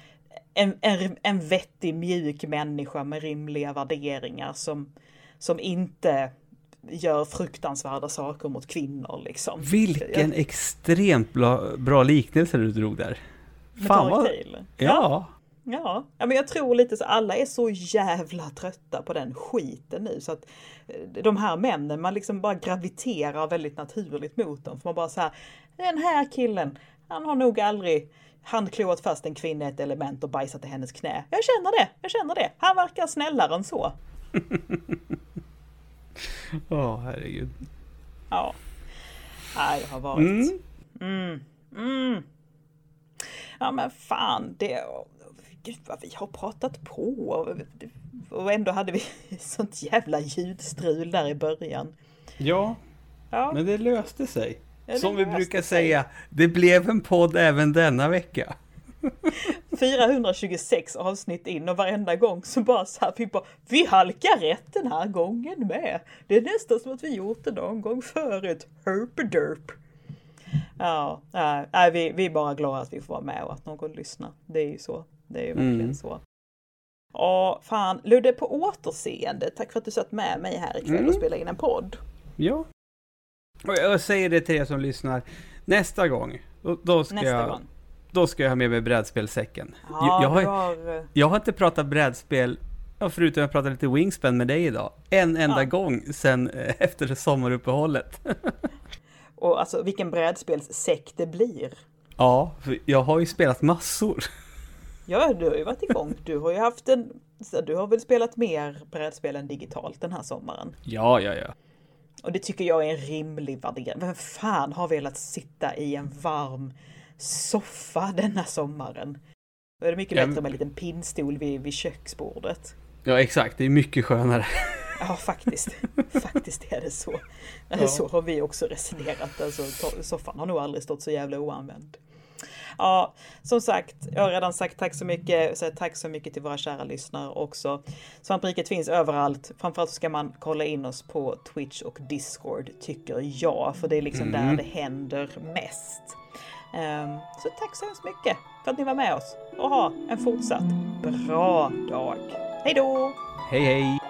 Speaker 1: en vettig, mjuk människa med rimliga värderingar som inte gör fruktansvärda saker mot kvinnor liksom.
Speaker 2: Vilken extremt bra liknelse du drog där.
Speaker 1: Fan vad...
Speaker 2: Ja.
Speaker 1: Ja, men jag tror lite så alla är så jävla trötta på den skiten nu så att de här männen, man liksom bara graviterar väldigt naturligt mot dem. För man bara så här, den här killen, han har nog aldrig handkloat fast en kvinna i ett element och bajsat i hennes knä. Jag känner det. Han verkar snällare än så.
Speaker 2: Herregud.
Speaker 1: Ja. Nej, det har varit... Ja, men fan, Gud vad vi har pratat på. Och ändå hade vi sånt jävla ljudstrul där i början.
Speaker 2: Ja. Men det löste sig. Ja, som vi brukar säga, det blev en podd även denna vecka.
Speaker 1: 426 avsnitt in och varenda gång så bara så här, vi halkar rätt den här gången med. Det är nästan som att vi gjort det någon gång förut. Herp-derp. Ja, vi är bara glada att vi får vara med och att någon lyssnar. Det är ju så. Det är ju verkligen så. Och fan, Ludde, på återseende. Tack för att du satt med mig här ikväll och spelade in en podd.
Speaker 2: Ja. Och jag säger det till er som lyssnar. Nästa gång, då ska jag ha med mig brädspelsäcken.
Speaker 1: Ja,
Speaker 2: jag har inte pratat brädspel, förutom att prata lite Wingspan med dig idag. En enda gång sen efter sommaruppehållet.
Speaker 1: Och alltså vilken brädspelssäck det blir.
Speaker 2: Ja, för jag har ju spelat massor.
Speaker 1: Ja, du har ju varit igång. Du har väl spelat mer brädspel än digitalt den här sommaren? Ja. Och det tycker jag är en rimlig värdering. Vem fan har velat sitta i en varm soffa denna sommaren? Då är det mycket bättre med en liten pinnstol vid köksbordet.
Speaker 2: Ja, exakt. Det är mycket skönare.
Speaker 1: Ja, faktiskt. Faktiskt är det så. Så har vi också resonerat. Alltså, soffan har nog aldrig stått så jävla oanvänd. Ja, som sagt, jag har redan sagt tack så mycket. Så tack så mycket till våra kära lyssnare också. Svampriket finns överallt. Framförallt ska man kolla in oss på Twitch och Discord, tycker jag. För det är liksom där det händer mest. Så tack så hemskt mycket för att ni var med oss. Och ha en fortsatt bra dag. Hej då!
Speaker 2: Hej hej!